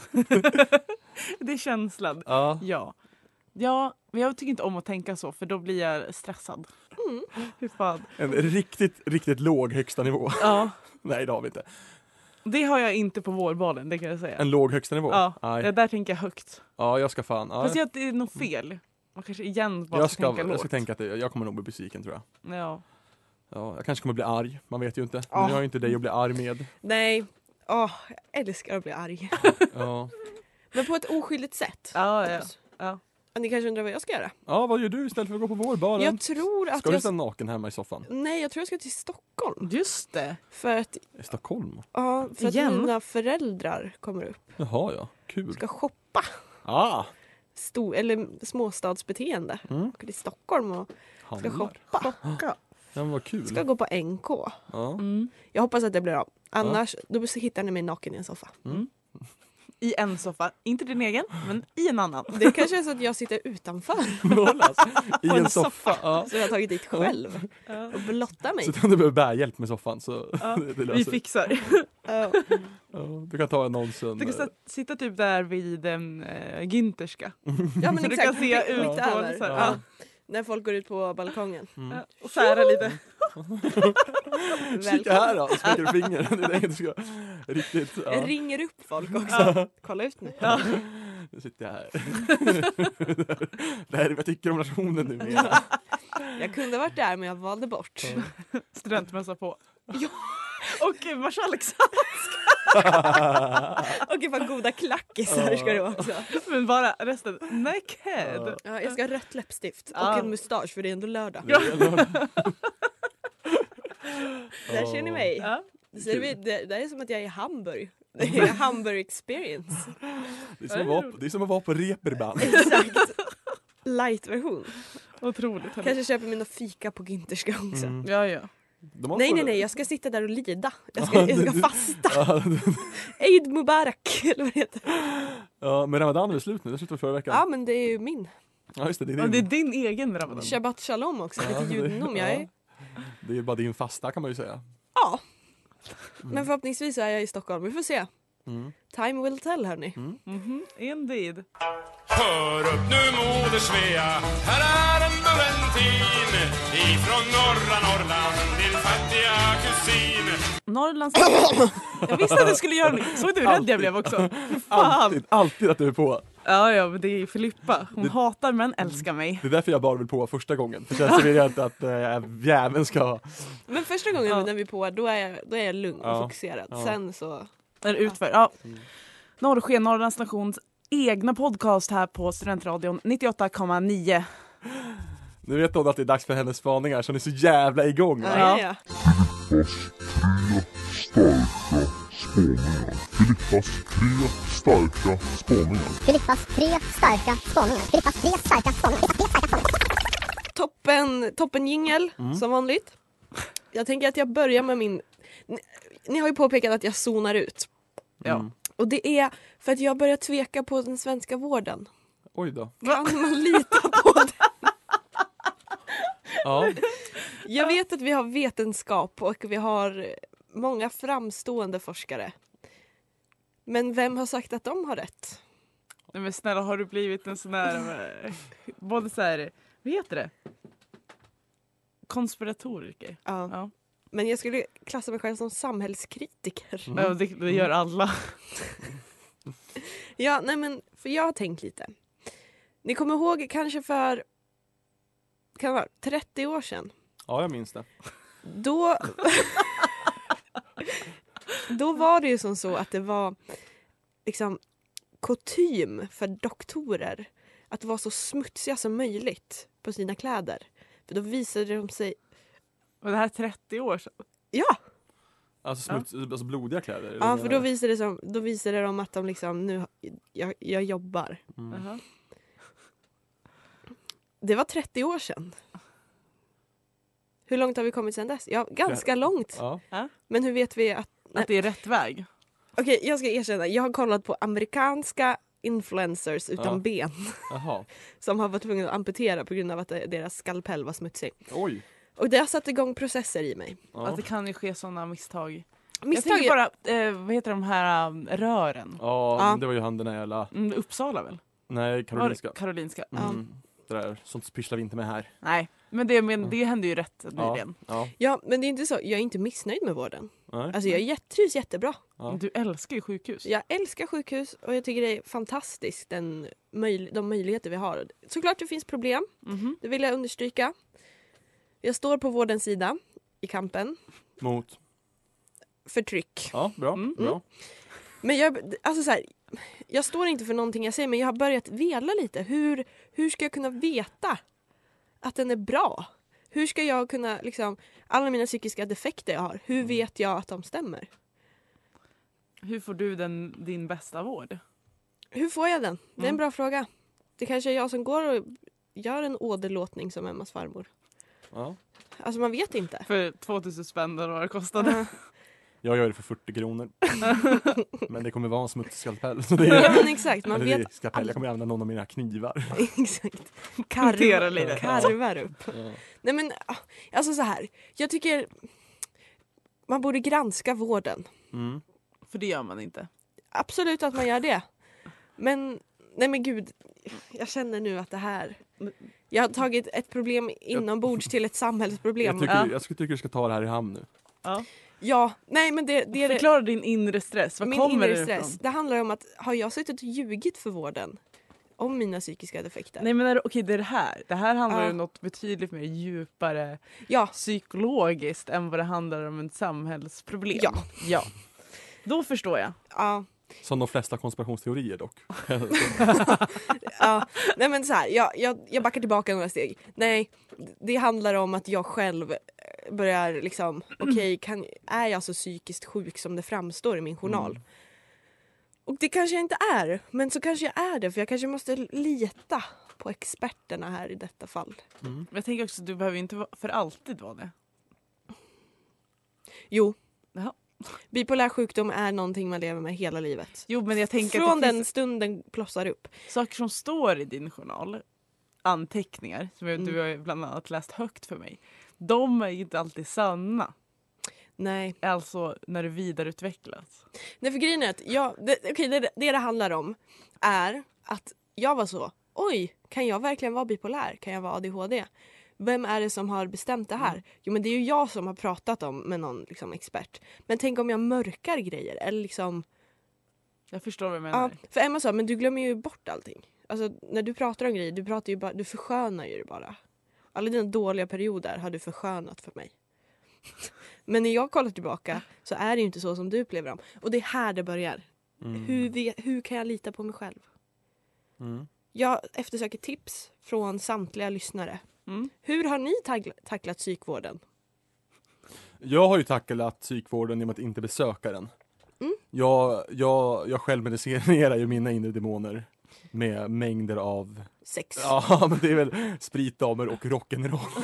Det är känslan. Ja, Ja. Ja, men jag tycker inte om att tänka så för då blir jag stressad. Mm. Hur fan. en riktigt, riktigt låg högsta nivå. Ja, Nej, det har vi inte. det har jag inte på vårbalen, det kan jag säga. En låg högsta nivå? Ja, Nej. det där tänker jag högt. Ja, jag ska fan. Ja. Fast jag, det är nog fel. Man kanske igen bara Jag ska, ska, tänka jag lågt. ska tänka att det, jag kommer nog bli besviken tror jag. Ja. Ja, jag kanske kommer bli arg, man vet ju inte. Men Ja. jag har ju inte dig att bli arg med. Nej, åh, jag älskar att bli arg. Ja. Men på ett oskyldigt sätt. Ja, ja. Ja. Och ni kanske undrar vad jag ska göra? Ja, vad gör du istället för att gå på vårbalen? Jag tror att Ska du jag... sitta naken hemma i soffan? Nej, jag tror jag ska till Stockholm. Just det. För att, I Stockholm? ja, för att Igen? mina föräldrar kommer upp. Jaha, ja. Kul. Ska shoppa. Ah, Stor, eller småstadsbeteende. Mm. Åker till Stockholm och ska handlar. shoppa. Ja, men vad kul. Ska gå på N K. Ja. Mm. Jag hoppas att det blir av. Annars då hittar ni mig naken i en soffa. I en soffa. Inte din egen, men i en annan. Det kanske är så att jag sitter utanför. I en soffa. Ja. Så jag har tagit dit själv. Och blottar mig. Så om du behöver bärhjälp med soffan så Ja, det, det Vi löser. fixar. Ja. Ja, du kan ta annonsen. Du kan sitta, sitta typ där vid en äh, Ginterska. Ja, men Så du exakt. kan se Mitt ut på över. så här, Ja. ja. När folk går ut på balkongen. Mm. Och sära lite. Kika här då, smäcker du finger. Det är det du ska. Riktigt. Ja. Jag ringer upp folk också. Kolla ut nu. Ja. Nu sitter jag här. Det här är vad jag tycker om nationen numera. Jag kunde varit där men jag valde bort. Studentmössa på. Ja. Och eh, marskalkshand. Och vad goda klackisar ska det vara också. Men bara resten naked. Ja, jag ska ha rött läppstift och Ja. en mustasch för det är ändå lördag. Ja. Där ser ni mig. Ja. Så det, det, det är som att jag är i Hamburg. Det är Hamburg experience. Det är som att vara på, det är som att vara på Reeperbahn. Exakt. Light-version. Otroligt. Kanske köper mina fika på Ginterska också. Mm. Ja, ja. De har Nej, så- nej, nej. Jag ska sitta där och lida. Jag ska, jag ska fasta. Ja, Eid Mubarak, eller vad det heter. ja, men Ramadan är slut nu. Det slutade förra veckan. Ja, men det är ju min. Ja, just det. Det är, Ja, din. det är din egen Ramadan. Shabbat shalom också. Ja, Lite det- judendom jag är. ja. Det är bara din fasta kan man ju säga. Ja. Men förhoppningsvis är jag i Stockholm. Vi får se. Mm. Time will tell, hörni. Mhm, indeed. Hör upp nu moder Svea, här är en Burentin ifrån norra Norrland, din fattiga kusin. Norrlands... Jag visste att du skulle göra det. Såg du hur rädd jag blev också? Fan. Alltid, alltid att du är på. Ja, ja, men det är ju Filippa. Hon Det- hatar men älskar mig. Det är därför jag bara vill på första gången. För sen så vill jag inte att äh, jäveln ska... Men första gången Ja. när vi är på, då är jag, då är jag lugn och Ja. fokuserad. Ja. Sen så... Eller utför. Ja. Mm. Norrsken, Norrlands nations egna podcast här på Studentradion nittioåtta komma nio. Nu vet hon att det är dags för hennes spaningar så hon är så jävla igång. Va? Ja, ja. Filippas tre starka spaningar. Filippas tre starka spaningar. Filippas tre starka spaningar. Toppen, toppen jingle, som vanligt. Jag tänker att jag börjar med min... Ni, ni har ju påpekat att jag zonar ut. Ja. Mm. Och det är för att jag börjar tveka på den svenska vården. Oj då. Kan man lita på det? Ja. Jag vet att vi har vetenskap och vi har många framstående forskare. Men vem har sagt att de har rätt? Nej, men snälla, har du blivit en sån här... eh, både så här... Vad heter det? Konspiratoriker. Ja. Ja. Men jag skulle klassa mig själv som samhällskritiker. Mm. Ja, det, det gör alla. Ja, nej men för jag har tänkt lite. Ni kommer ihåg kanske för kan det vara trettio år sedan. Ja, jag minns det. Då då var det ju som så att det var liksom kutym för doktorer att vara så smutsiga som möjligt på sina kläder. För då visade de sig... Och det här är trettio år sedan. Ja! Alltså, smuts, alltså blodiga kläder? eller Ja, vad för är då det? visade, det som, då visade de att de liksom, nu, jag, jag jobbar. Mm. Jaha. Det var trettio år sedan. Hur långt har vi kommit sedan dess? Ja, ganska långt. Ja. Men hur vet vi att... Att det är rätt väg. Okej, jag ska erkänna. Jag har kollat på amerikanska influencers utan Ja. ben Jaha. som har varit tvungna att amputera på grund av att deras skalpell var smutsig. Oj. Och det har satt igång processer i mig. Ja. Att det kan ju ske sådana misstag. Jag Misstag tänker är- bara, eh, vad heter de här um, rören? Ja, Ja. men det var ju han den här jävla... Mm, Uppsala väl? Nej, Karolinska. Var det Karolinska. Mm. Det där, sånt pysslar vi inte med här. Nej, men det, men det hände ju rätt nyligen. Ja. Ja, men det är inte så. Jag är inte missnöjd med vården. Nej. Alltså jag är jätte, trivs jättebra. Ja. Du älskar ju sjukhus. Jag älskar sjukhus och jag tycker det är fantastiskt den möj- de möjligheter vi har. Såklart det finns problem, Mhm. det vill jag understryka. Jag står på vårdens sida i kampen. Mot. Förtryck. Ja, bra. Mm. bra. Men jag, alltså så här, jag står inte för någonting jag säger, men jag har börjat vela lite. Hur, hur ska jag kunna veta att den är bra? Hur ska jag kunna, liksom, alla mina psykiska defekter jag har, hur vet jag att de stämmer? Hur får du den, din bästa vård? Hur får jag den? Det är en Mm. bra fråga. Det kanske är jag som går och gör en åderlåtning som Emmas farmor. Ja. Alltså man vet inte. För tvåtusen spänn eller vad det kostade. Ja. Jag gör det för fyrtio kronor. Men det kommer vara en smutsig skalpell. Så det Ja är, men exakt, man eller det vet är skalpell. Jag kommer använda någon av mina knivar. exakt. Punktera Karvar, lite. karvar upp. Ja. Nej men alltså så här. Jag tycker man borde granska vården. Mm. För det gör man inte. Absolut att man gör det. Men nej men gud, jag känner nu att det här... Jag har tagit ett problem inombords till ett samhällsproblem. Jag, tycker, Ja. jag skulle tycker du ska ta det här i hamn nu. Ja. Ja, nej men det, det är det. Förklara din inre stress. Var Min kommer inre det stress. ifrån? Det handlar om att har jag suttit och ljugit för vården om mina psykiska defekter? Nej men är det- okej, det är det här. Det här handlar Ja. ju om något betydligt mer djupare Ja, psykologiskt än vad det handlar om ett samhällsproblem. Ja. ja. Då förstår jag. ja, Som de flesta konspirationsteorier dock. ja. Nej men så här, jag, jag, jag backar tillbaka några steg. Nej, det handlar om att jag själv börjar liksom, okej, kan är jag så psykiskt sjuk som det framstår i min journal? Mm. Och det kanske jag inte är, men så kanske jag är det, för jag kanske måste lita på experterna här i detta fall. Mm. Jag tänker också att du behöver inte vara- för alltid vara det. Jo, Jaha. bipolär sjukdom är någonting man lever med hela livet. Jo men jag tänker Från att det den finns stunden plossar upp. saker som står i din journal, anteckningar, som jag- Mm. du har ju bland annat läst högt för mig. De är ju inte alltid sanna. Nej. Alltså när det vidareutvecklas. Nej, för grejen är att jag, det, okay, det, det det handlar om är att jag var så, oj, kan jag verkligen vara bipolär? Kan jag vara A D H D? Vem är det som har bestämt det här? Mm. Jo, men det är ju jag som har pratat om med någon liksom, expert. Men tänk om jag mörkar grejer eller liksom, Jag förstår vad du ja, menar. för Emma sa, men du glömmer ju bort allting. Alltså när du pratar om grejer, du pratar ju bara, du förskönar ju det bara. Alla dina dåliga perioder har du förskönat för mig. Men när jag kollar tillbaka så är det ju inte så som du upplever dem. Och det är här det börjar. Mm. Hur, vet, hur kan jag lita på mig själv? Mm. Jag eftersöker tips från samtliga lyssnare. Mm. Hur har ni tagla- tacklat psykvården? Jag har ju tacklat psykvården genom att inte besöka den. Mm. Jag, jag, jag självmedicinerar ju mina inre demoner med mängder av, Sex. ja men det är väl spritdamer och rock'n'roll.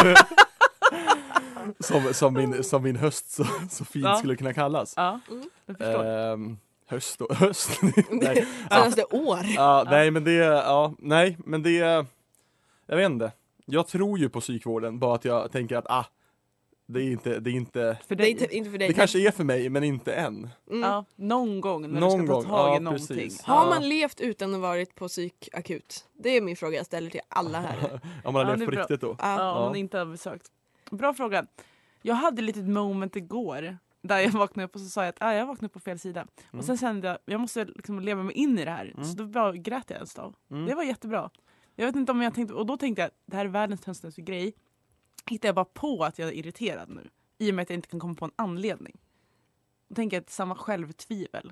som, som, min, som min höst så, så fint Ja. skulle kunna kallas. Ja, Mm. jag förstår. Ehm, höst och höst. nej. Senaste år. Ja, nej men det, ja, nej men det, jag vet inte. Jag tror ju på psykvården, bara att jag tänker att ah, det är inte, det är inte, För Det är dig, inte, inte för dig. det kanske är för mig men inte än. Mm. ja, någon gång när Någon du ska gång, ta tag i ja, någonting. precis. Har Ja. man levt utan att varit på psykakut? Det är min fråga jag ställer till alla här. Om man har Ja, det levt är på bra. riktigt då. Ja. Ja, om Ja. man inte har besökt. Bra fråga. Jag hade ett litet moment igår där jag vaknade upp och så sa jag att ah, jag vaknade upp på fel sida. Mm. Och sen kände jag jag måste liksom leva mig in i det här. Mm. Så då bara grät jag en stund. Mm. Det var jättebra. Jag vet inte om jag tänkte, och då tänkte jag att det här är världens tönstigaste grej. Hittade jag bara på att jag är irriterad nu. I och med att jag inte kan komma på en anledning. Då tänker jag att samma självtvivel.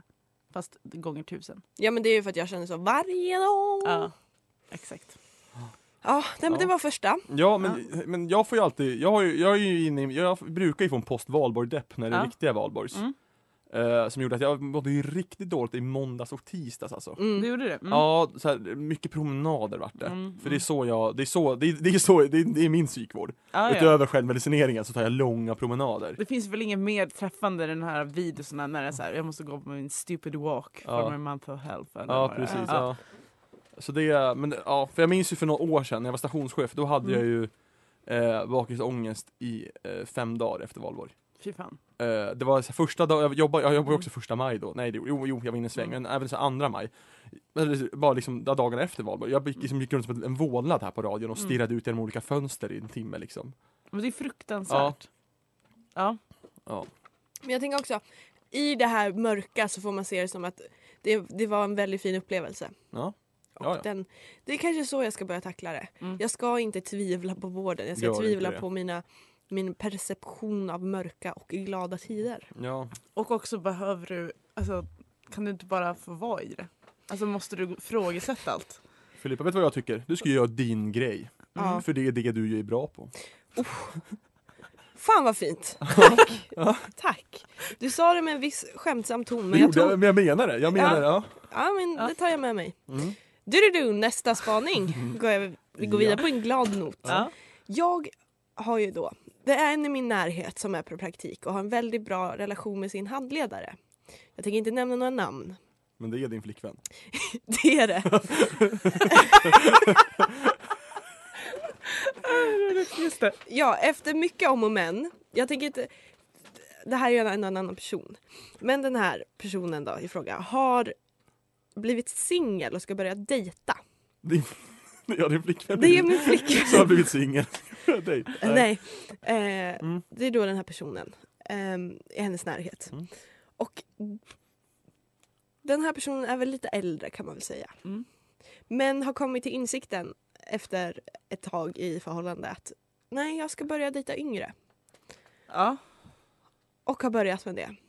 Fast gånger tusen. Ja, men det är ju för att jag känner så varje dag. Ja, exakt. Ja, nej, men Ja. det var första. Ja, men, men jag får ju alltid, jag, har ju, jag är ju inne i, jag brukar ju få en post-valborg-depp när det är Ja. riktiga valborgs. Mm. Eh, som gjorde att jag mådde ju riktigt dåligt i måndags och tisdags alltså. Mm. Du gjorde det? Mm. Ja, så här, mycket promenader vart det. Mm, För det är så jag, det är så, det är, det är så, det är, det är min psykvård. Ja, ja. Utöver självmedicineringen så tar jag långa promenader. Det finns väl inget mer träffande den här videorna när det är så här, jag måste gå på min stupid walk Ja. for my mental health. Eller Ja, vad det är. precis. Ja. Ja. Så det, men ja, för jag minns ju för några år sedan när jag var stationschef, då hade Mm. jag ju eh, bakisångest i eh, fem dagar efter valborg. Fy fan. Eh, det var så här, första dagen, jag jobbade, jag jobbade också första maj då, nej det, jo, jo jag var inne i sväng, Mm. men även så andra maj. Eller bara liksom dagarna efter valborg, jag gick, liksom, gick runt som en vålnad här på radion och Mm. stirrade ut genom olika fönster i en timme liksom. Men det är fruktansvärt. Ja. Ja. Men jag tänker också, i det här mörka så får man se det som att det, det var en väldigt fin upplevelse. Ja. Och Ja, ja. Den, det är kanske så jag ska börja tackla det. Mm. Jag ska inte tvivla på vården. Jag ska Gör inte tvivla det. på mina, min perception av mörka och glada tider. Ja. Och också behöver du, alltså kan du inte bara få vara i det? Alltså måste du frågesätta allt? Filippa, vet du vad jag tycker? Du ska göra din grej. Ja. För det är det du är bra på. Fan vad fint. Tack. Tack. Du sa det med en viss skämtsam ton. Det Men jag, gjorde jag, tog, men jag menar det. Jag menar det, ja. ja, men Ja. det tar jag med mig. Mm. Du, du, du, nästa spaning. Går jag, vi går vidare på en glad not. Ja. Jag har ju då, det är en i min närhet som är på praktik och har en väldigt bra relation med sin handledare. Jag tänker inte nämna några namn. Men det är din flickvän. Det är det. Just det. Ja, efter mycket om och men. Jag tänker inte, det här är ju en, en annan person. Men den här personen då i fråga har blivit singel och ska börja dejta. Din, ja, din flickvän. Det är min flickvän. Som har blivit singel. Nej. Nej, eh, Mm. det är då den här personen eh, i hennes närhet. Mm. Och den här personen är väl lite äldre kan man väl säga. Mm. Men har kommit till insikten efter ett tag i förhållande att nej, jag ska börja dejta yngre. Ja. Och har börjat med det.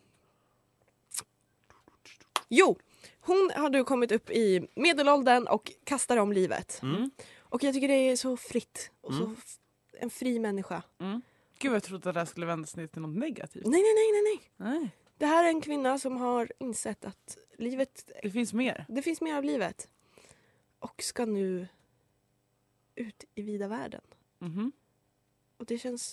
Jo, hon har då kommit upp i medelåldern och kastar om livet. Mm. Och jag tycker det är så fritt och så Mm. f- en fri människa. Mm. Gud, jag trodde att det här skulle vändas ner till något negativt. Nej, nej, nej, nej, nej. Nej, Det här är en kvinna som har insett att livet, det finns mer. det finns mer av livet. Och ska nu ut i vida världen. Mhm. Och det känns,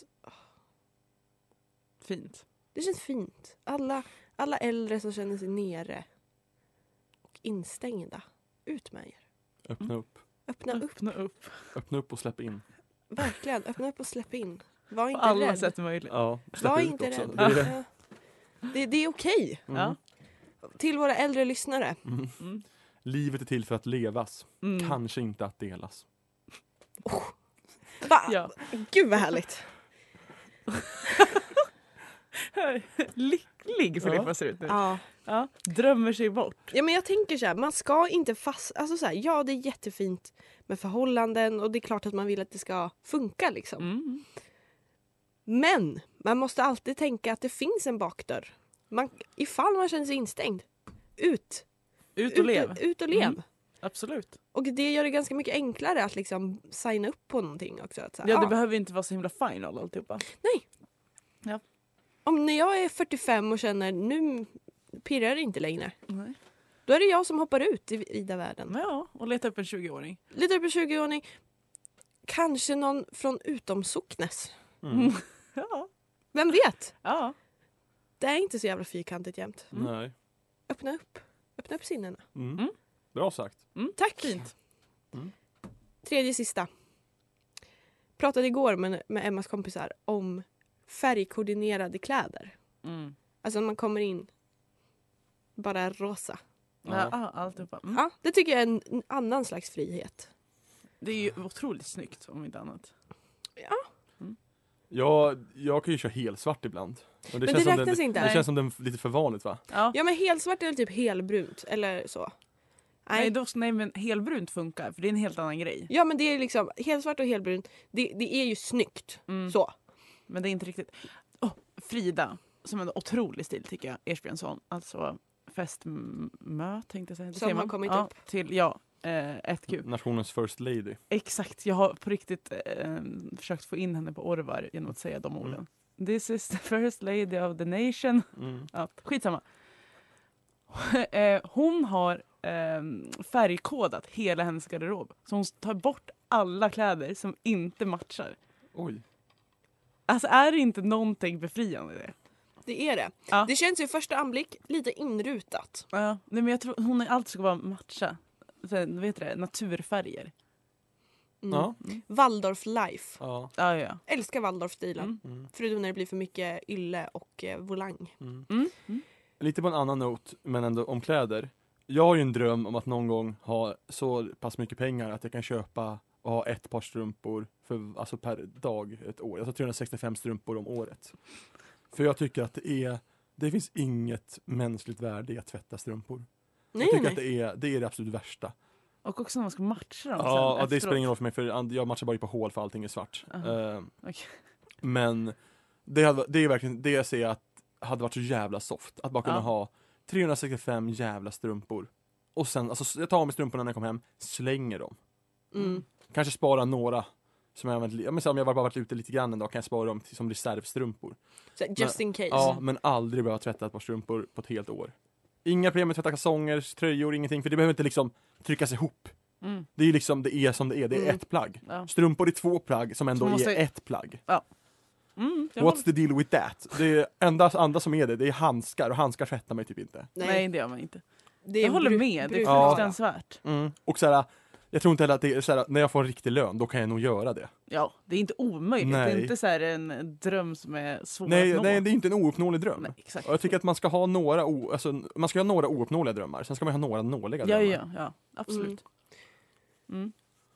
Fint. det känns fint. Alla, alla äldre som känner sig nere och instängda. Ut med er. Öppna upp. Öppna upp. Öppna upp Öppna upp och släpp in. Verkligen. Öppna upp och släpp in. Var på inte alla rädd. sätt möjligt. Ja, släpp Var ut inte också. rädd. Det är det. Ja. Det, det är okej. Mm. Ja. Till våra äldre lyssnare. Mm. Mm. Livet är till för att levas. Mm. Kanske inte att delas. Va? Ja. Gud vad härligt. Lycklig Filippa ser ut nu. Ja. Ja. Drömmer sig bort. Ja, men jag tänker så här, man ska inte fast... Alltså så här, ja, det är jättefint med förhållanden och det är klart att man vill att det ska funka liksom. Mm. Men man måste alltid tänka att det finns en bakdörr. Man, ifall man känner sig instängd. Ut. Ut och lev. Ut, ut och lev. Mm. Absolut. Och det gör det ganska mycket enklare att liksom signa upp på någonting också. Att så här, Ja, det ja, behöver inte vara så himla final alltihopa. nej. Ja. Om när jag är fyrtiofem och känner nu pirrar det inte längre. Nej. Då är det jag som hoppar ut i vida världen. Ja, och leta upp en tjugo-åring. Lite upp i tjugo-åring. Kanske någon från utom socknes. Mm. Ja. Vem vet? Ja. Det är inte så jävla fyrkantigt jämt. Mm. Nej. Öppna upp. Öppna upp sinnena. Mm. Mm. Bra sagt. Mm. Tack. Fint. Tredje sista. Pratade igår med, med Emmas kompisar om färgkoordinerade kläder. Mm. Alltså när man kommer in bara rosa. Ja, ja, alltihopa. Mm. Ja, det tycker jag är en, en annan slags frihet. Det är ju otroligt snyggt om inte annat. Ja, jag kan ju köra helsvart ibland. Men det, Men känns, det som räknas den, inte. det känns som den lite för vanligt va? Ja. Ja, men helsvart är väl typ helbrunt eller så. Nej, Nej. då, nej, men helbrunt funkar för det är en helt annan grej. Ja, men det är liksom helsvart och helbrunt. Det, det är ju snyggt. Mm. Så. Men det är inte riktigt. Oh, Frida, som en otrolig stil tycker jag, Ersbjörnsson, alltså festmö tänkte jag säga. Det Som säger har man. kommit ja, upp. Till, ja, eh, ett Q. Nationens first lady. Exakt, jag har på riktigt eh, försökt få in henne på Orvar genom att säga de orden. Mm. This is the first lady of the nation. Mm. Ja, skitsamma. eh, hon har eh, färgkodat hela hennes garderob. Så hon tar bort alla kläder som inte matchar. Oj. Alltså är det inte någonting befriande i det? Det är det. Ja. Det känns ju i första anblick lite inrutat. Ja, nej, men jag tror hon är allt ska vara matcha. Så, vet du det? Naturfärger. Mm. Ja. Waldorf life. Ja. Ja, ja. Älskar Waldorf-stilen. Mm. Mm. Förutom när det blir för mycket ylle och eh, volang. Mm. Mm. Mm. Lite på en annan not, men ändå om kläder. Jag har ju en dröm om att någon gång ha så pass mycket pengar att jag kan köpa och ha ett par strumpor för, alltså per dag ett år. Alltså trehundrasextiofem strumpor om året. För jag tycker att det är, det finns inget mänskligt värde i att tvätta strumpor. Nej, jag tycker nej. att det är, det är det absolut värsta. Och också när man ska matcha dem Ja, sen ja, det efteråt. spelar ingen roll för mig för jag matchar bara på hål för allting är svart. Aha. Eh, Okej. Men det, hade, det är verkligen det jag ser att hade varit så jävla soft. Att bara kunna Ja. ha trehundrasextiofem jävla strumpor. Och sen, alltså jag tar av mig strumporna när jag kommer hem, slänger dem. Mm. Kanske spara några. Som jag, använt, ja, men så om jag bara varit ute lite grann en dag kan jag spara dem till, som reservstrumpor. Så, just in case. Ja, men aldrig behöva tvätta ett par strumpor på ett helt år. Inga problem med att tvätta kalsonger, tröjor, ingenting. För det behöver inte liksom tryckas ihop. Mm. Det är liksom, det är som det är. Det är Mm. ett plagg. Ja. Strumpor är två plagg som ändå Så man måste- är ett plagg. Mm, jag What's håller- the deal with that? Det enda andra som är det, det är handskar. Och handskar tvättar mig typ inte. Nej, Nej, det gör man inte. det är Jag håller bru- med, det är brukar vara. fruktansvärt. Mm. Och såhär, jag tror inte heller att det är såhär, när jag får en riktig lön, då kan jag nog göra det. Ja, det är inte omöjligt. Det är Nej. inte så här en dröm som är svår Nej, att nå. nej, det är inte en ouppnåelig dröm. Nej, exakt. Och jag tycker att man ska ha några, o, alltså, man ska ha några ouppnåeliga drömmar. Sen ska man ha några nåliga Ja, drömmar. ja, ja, absolut. Mm.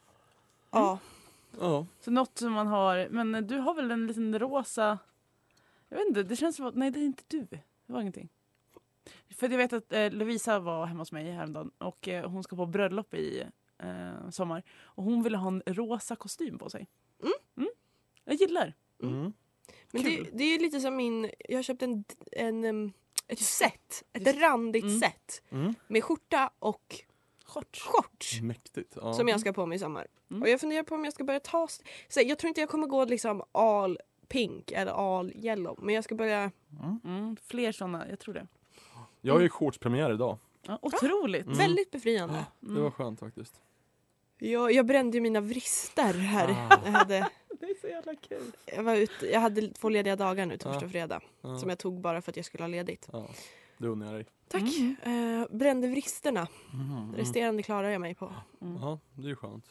Ja. Ja. Så något som man har, men du har väl en liten rosa, jag vet inte, det känns som att, nej det är inte du, det var ingenting. För jag vet att eh, Lovisa var hemma hos mig häromdagen och eh, hon ska på bröllop i eh, sommar. Och hon ville ha en rosa kostym på sig. Mm. Mm. Jag gillar. Mm. Men det, Kul. det är lite som min, jag har köpt en, en, em, ett set, ett randigt Mm. set Mm. med skjorta och Shorts. shorts Mäktigt. Ja. som jag ska ha på mig i sommar. Mm. Och jag funderar på om jag ska börja ta, st- så här, jag tror inte jag kommer gå liksom all pink eller all yellow, men jag ska börja, Mm. Fler sådana, jag tror det. Jag har ju shortspremiär idag. Ja, otroligt. Mm. väldigt befriande. Det var skönt faktiskt. Jag, jag brände ju mina vrister här. Ah. Jag, hade, Det är så jävla kul. jag, var ute, jag hade två lediga dagar nu, torsdag Ja. och fredag, Ja. som jag tog bara för att jag skulle ha ledigt. Ja. Det undrar jag dig. Tack! Mm. Eh, brände vristerna. Mm. Resterande klarar jag mig på. Mm. Ja, det är ju skönt.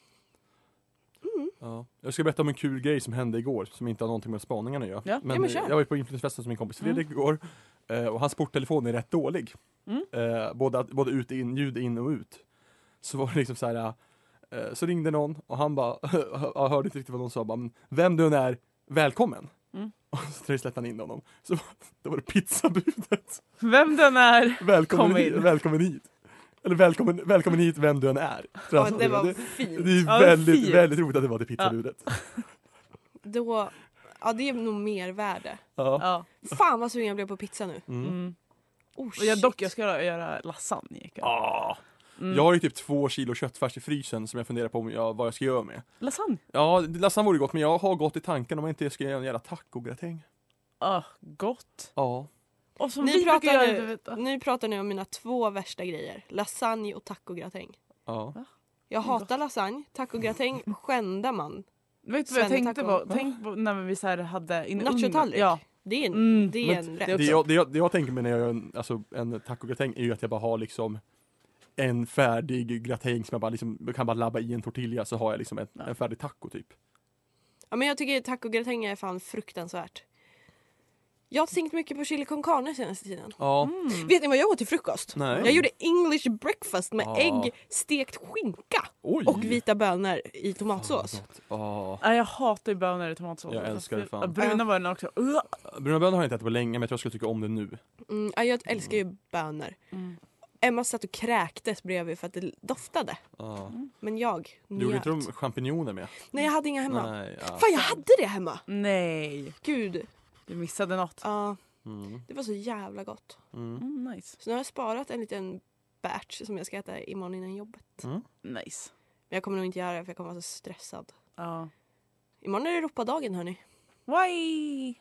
Mm. Ja. Jag ska berätta om en kul grej som hände igår som inte har någonting med spaningarna att göra. Ja. Men, Ja, men eh, kör. jag var ju på influensfesten som min kompis Fredrik Mm. igår. Eh, och hans porttelefon är rätt dålig. Mm. Eh, både, både ut, in, ljud in och ut. Så var det liksom så här. Eh, så ringde någon och han bara, jag hörde inte riktigt vad någon sa. Bara, "Men vem du än är, välkommen." Mm. Och så släppte han in honom. Så då var det pizzabudet. Vem den är. Välkommen Kom hit, in. välkommen hit. Eller välkommen, välkommen hit vem du än är. Så Ja, alltså, det var det, fint. det är Ja, det är väldigt, fint. väldigt roligt att det var det pizzabudet. Då, ja, det är nog mer värde. Ja. Ja. Fan vad sugen jag blev på pizza nu. Mm. Mm. Oh, Och jag, shit. dock, jag ska göra lasagne ikväll. Ah. Mm. Jag har ju typ två kilo köttfärs i frysen som jag funderar på om jag, vad jag ska göra med. Lasagne? Ja, lasagne vore gott, men jag har gått i tanken om jag inte ska göra en jävla tacogratäng. Ah, gott. Ja. Och som Ni vi brukar pratar, göra, nu, vet du. ni pratar nu om mina två värsta grejer. Lasagne och tacogratäng. Ja. Jag Det är hatar lasagne. Tacogratäng skändar man. Vet du vad jag Svenne tänkte taco. på? Tänk på när vi så här hade... in- Nachotallrik. Ja. Det är en, Mm. det är Men en Det, rätt. jag, det, jag, det jag tänker mig när jag gör en, alltså, en tacogratäng är ju att jag bara har liksom en färdig gratäng som jag bara liksom, kan bara labba i en tortilla så har jag liksom en, Ja. en färdig taco typ. Ja, men jag tycker tacogratäng är fan fruktansvärt. Jag har tänkt mycket på chili con carne senaste tiden. Ja. Mm. Vet ni vad jag åt till frukost? Nej. Jag gjorde English breakfast med Ah. ägg, stekt skinka Oj. och vita bönor i tomatsås. Fan, vad gott. Ja. Nej, jag hatar ju bönor i tomatsås. Jag älskar det fan. Bruna bönor också. Uh. Bruna bönor har jag inte ätit på länge, men jag tror jag skulle tycka om det nu. Mm, ja, jag älskar ju bönor. Mm. Emma satt och kräktes bredvid för att det doftade. Ja. Men jag Du gjorde njöt. inte de champinjoner med? Nej, jag hade inga hemma. Nej. Ja. Fan, jag hade det hemma! Nej, Gud. du missade något. Ja. Mm. Det var så jävla gott. Mm. Mm, nice. Så nu har jag sparat en liten batch som jag ska äta imorgon innan jobbet. Mm. Nice. Men jag kommer nog inte göra det för jag kommer vara så stressad. Ja. Imorgon är det Europadagen, hörni. Why?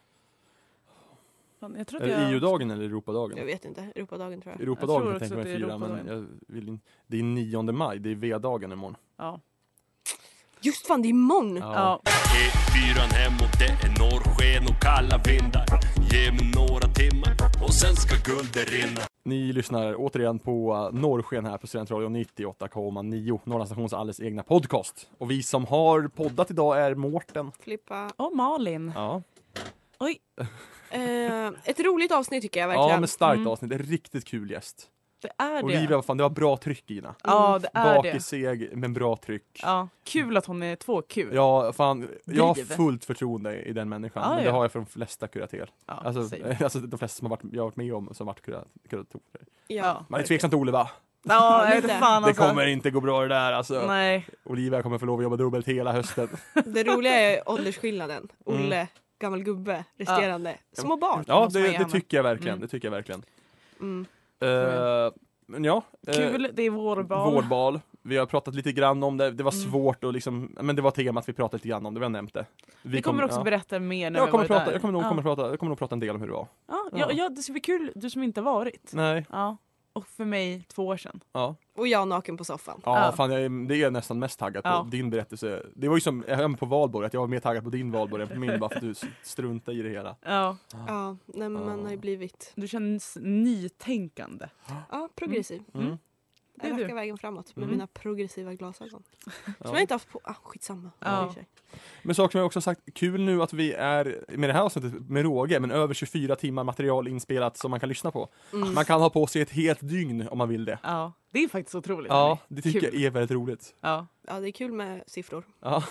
Fan, jag tror Är att det jag... E U-dagen eller Europadagen? Jag vet inte. Europadagen tror jag. Europadagen tror jag också tänker mig att det är fira, men Europadagen. jag vill in... det är nionde maj, det är V-dagen imorgon. Ja. Just fan, det är imorgon! Ja. E fyran hemåt, det är norrsken och kalla vindar. Ge mig några timmar och sen ska guldet rinna. Ni lyssnar återigen på uh, Norrsken här på Studentradion nittioåtta komma nio, Norra stations alldeles egna podcast. Och vi som har poddat idag är Mårten. Flippa. Och Malin. Ja, Oj. Eh, ett roligt avsnitt tycker jag verkligen. ja men starkt Mm. avsnitt, en riktigt kul gäst. Det är det. Olivia, vad fan, det var bra tryck i henne. Ja, det är det. Bakiseg, men bra tryck. Ja, kul att hon är två kul. Ja, fan, jag har Driv. fullt förtroende i den människan. Ja, men det ja. har jag för de flesta kuratel. Ja, Alltså, säg. alltså de flesta som har varit, jag har varit med om som har varit kurat- kuratorer. Ja. Man är tveksam till Ole, va? Ja, jag vet lite. inte fan Det alltså. kommer inte gå bra det där alltså. Nej. Olivia kommer få lov att jobba dubbelt hela hösten. Det roliga är åldersskillnaden. Mm. Olle, gammal gubbe, resterande. Små barn. Ja, måste man det, ge det henne. tycker jag verkligen. Mm. Det tycker jag verkligen. Mm. Eh, men ja. eh, Kul, det är vårbal. Vårdbal. Vi har pratat lite grann om det. Det var Mm. svårt och liksom, men det var temat vi pratade lite grann om. Det vi har nämnt det. Vi kommer också ja. berätta mer när Jag vi kommer, varit prata, där. jag, kommer nog, ja. kommer prata, jag kommer nog prata en del om hur det var. Ja, Ja. ja. ja, det ska bli kul. Du som inte har varit. Nej, Ja. Och för mig två år sedan. ja. Och jag naken på soffan. Ja, Ja. fan jag är, det är jag nästan mest taggad på. Ja. Din berättelse. Det var ju som jag hörde på valborg, att jag var mer taggad på din valborg än på min, bara för att du struntar i det hela. Ja. Ja, nej, men man har ju blivit Du känns nytänkande. ja, progressiv. Mm. Det är Jag du. verkar vägen framåt med Mm. mina progressiva glasögon. Som Ja. jag inte haft på. Ah, skitsamma. Ja. I och för sig. Men saker som jag också sagt, kul nu att vi är med det här avsnittet med råge, men över tjugofyra timmar material inspelat som man kan lyssna på. Mm. Man kan ha på sig ett helt dygn om man vill det. Ja, det är faktiskt otroligt. Ja, hörni. det tycker Kul. jag är väldigt roligt. Ja. Ja, det är kul med siffror. Ja.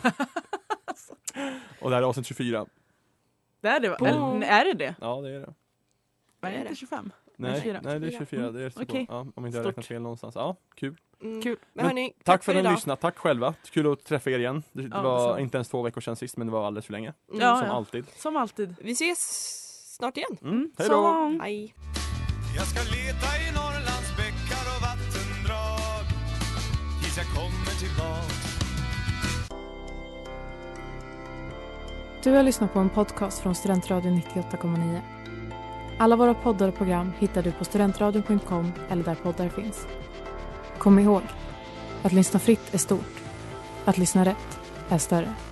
Och det här är avsnitt tjugofyra. Det är det va? På- Eller, är det det? Ja, det är det. Är det är inte det. tjugofem? Nej, tjugofyra. nej, det är tjugofyra. Det är så Okej. ja, om inte jag Stort. räknat fel någonstans. Ja, kul. Mm. Kul. Men, Men hörni, tack, Tack för för att ni idag. lyssnat. Tack själva. Kul att träffa er igen. Det, det Ja, var detsamma. inte ens två veckor sedan sist, men det var alldeles för länge. Mm. Ja, Som ja. alltid. Som alltid. Vi ses snart igen. Mm. Hej Så då! långt. Hej. Jag ska leta i Norrlands bäckar och vattendrag tills jag kommer tillbaka. Du har lyssnat på en podcast från Studentradion nittioåtta komma nio. Alla våra poddar och program hittar du på studentradion punkt com eller där poddar finns. Kom ihåg, att lyssna fritt är stort. Att lyssna rätt är större.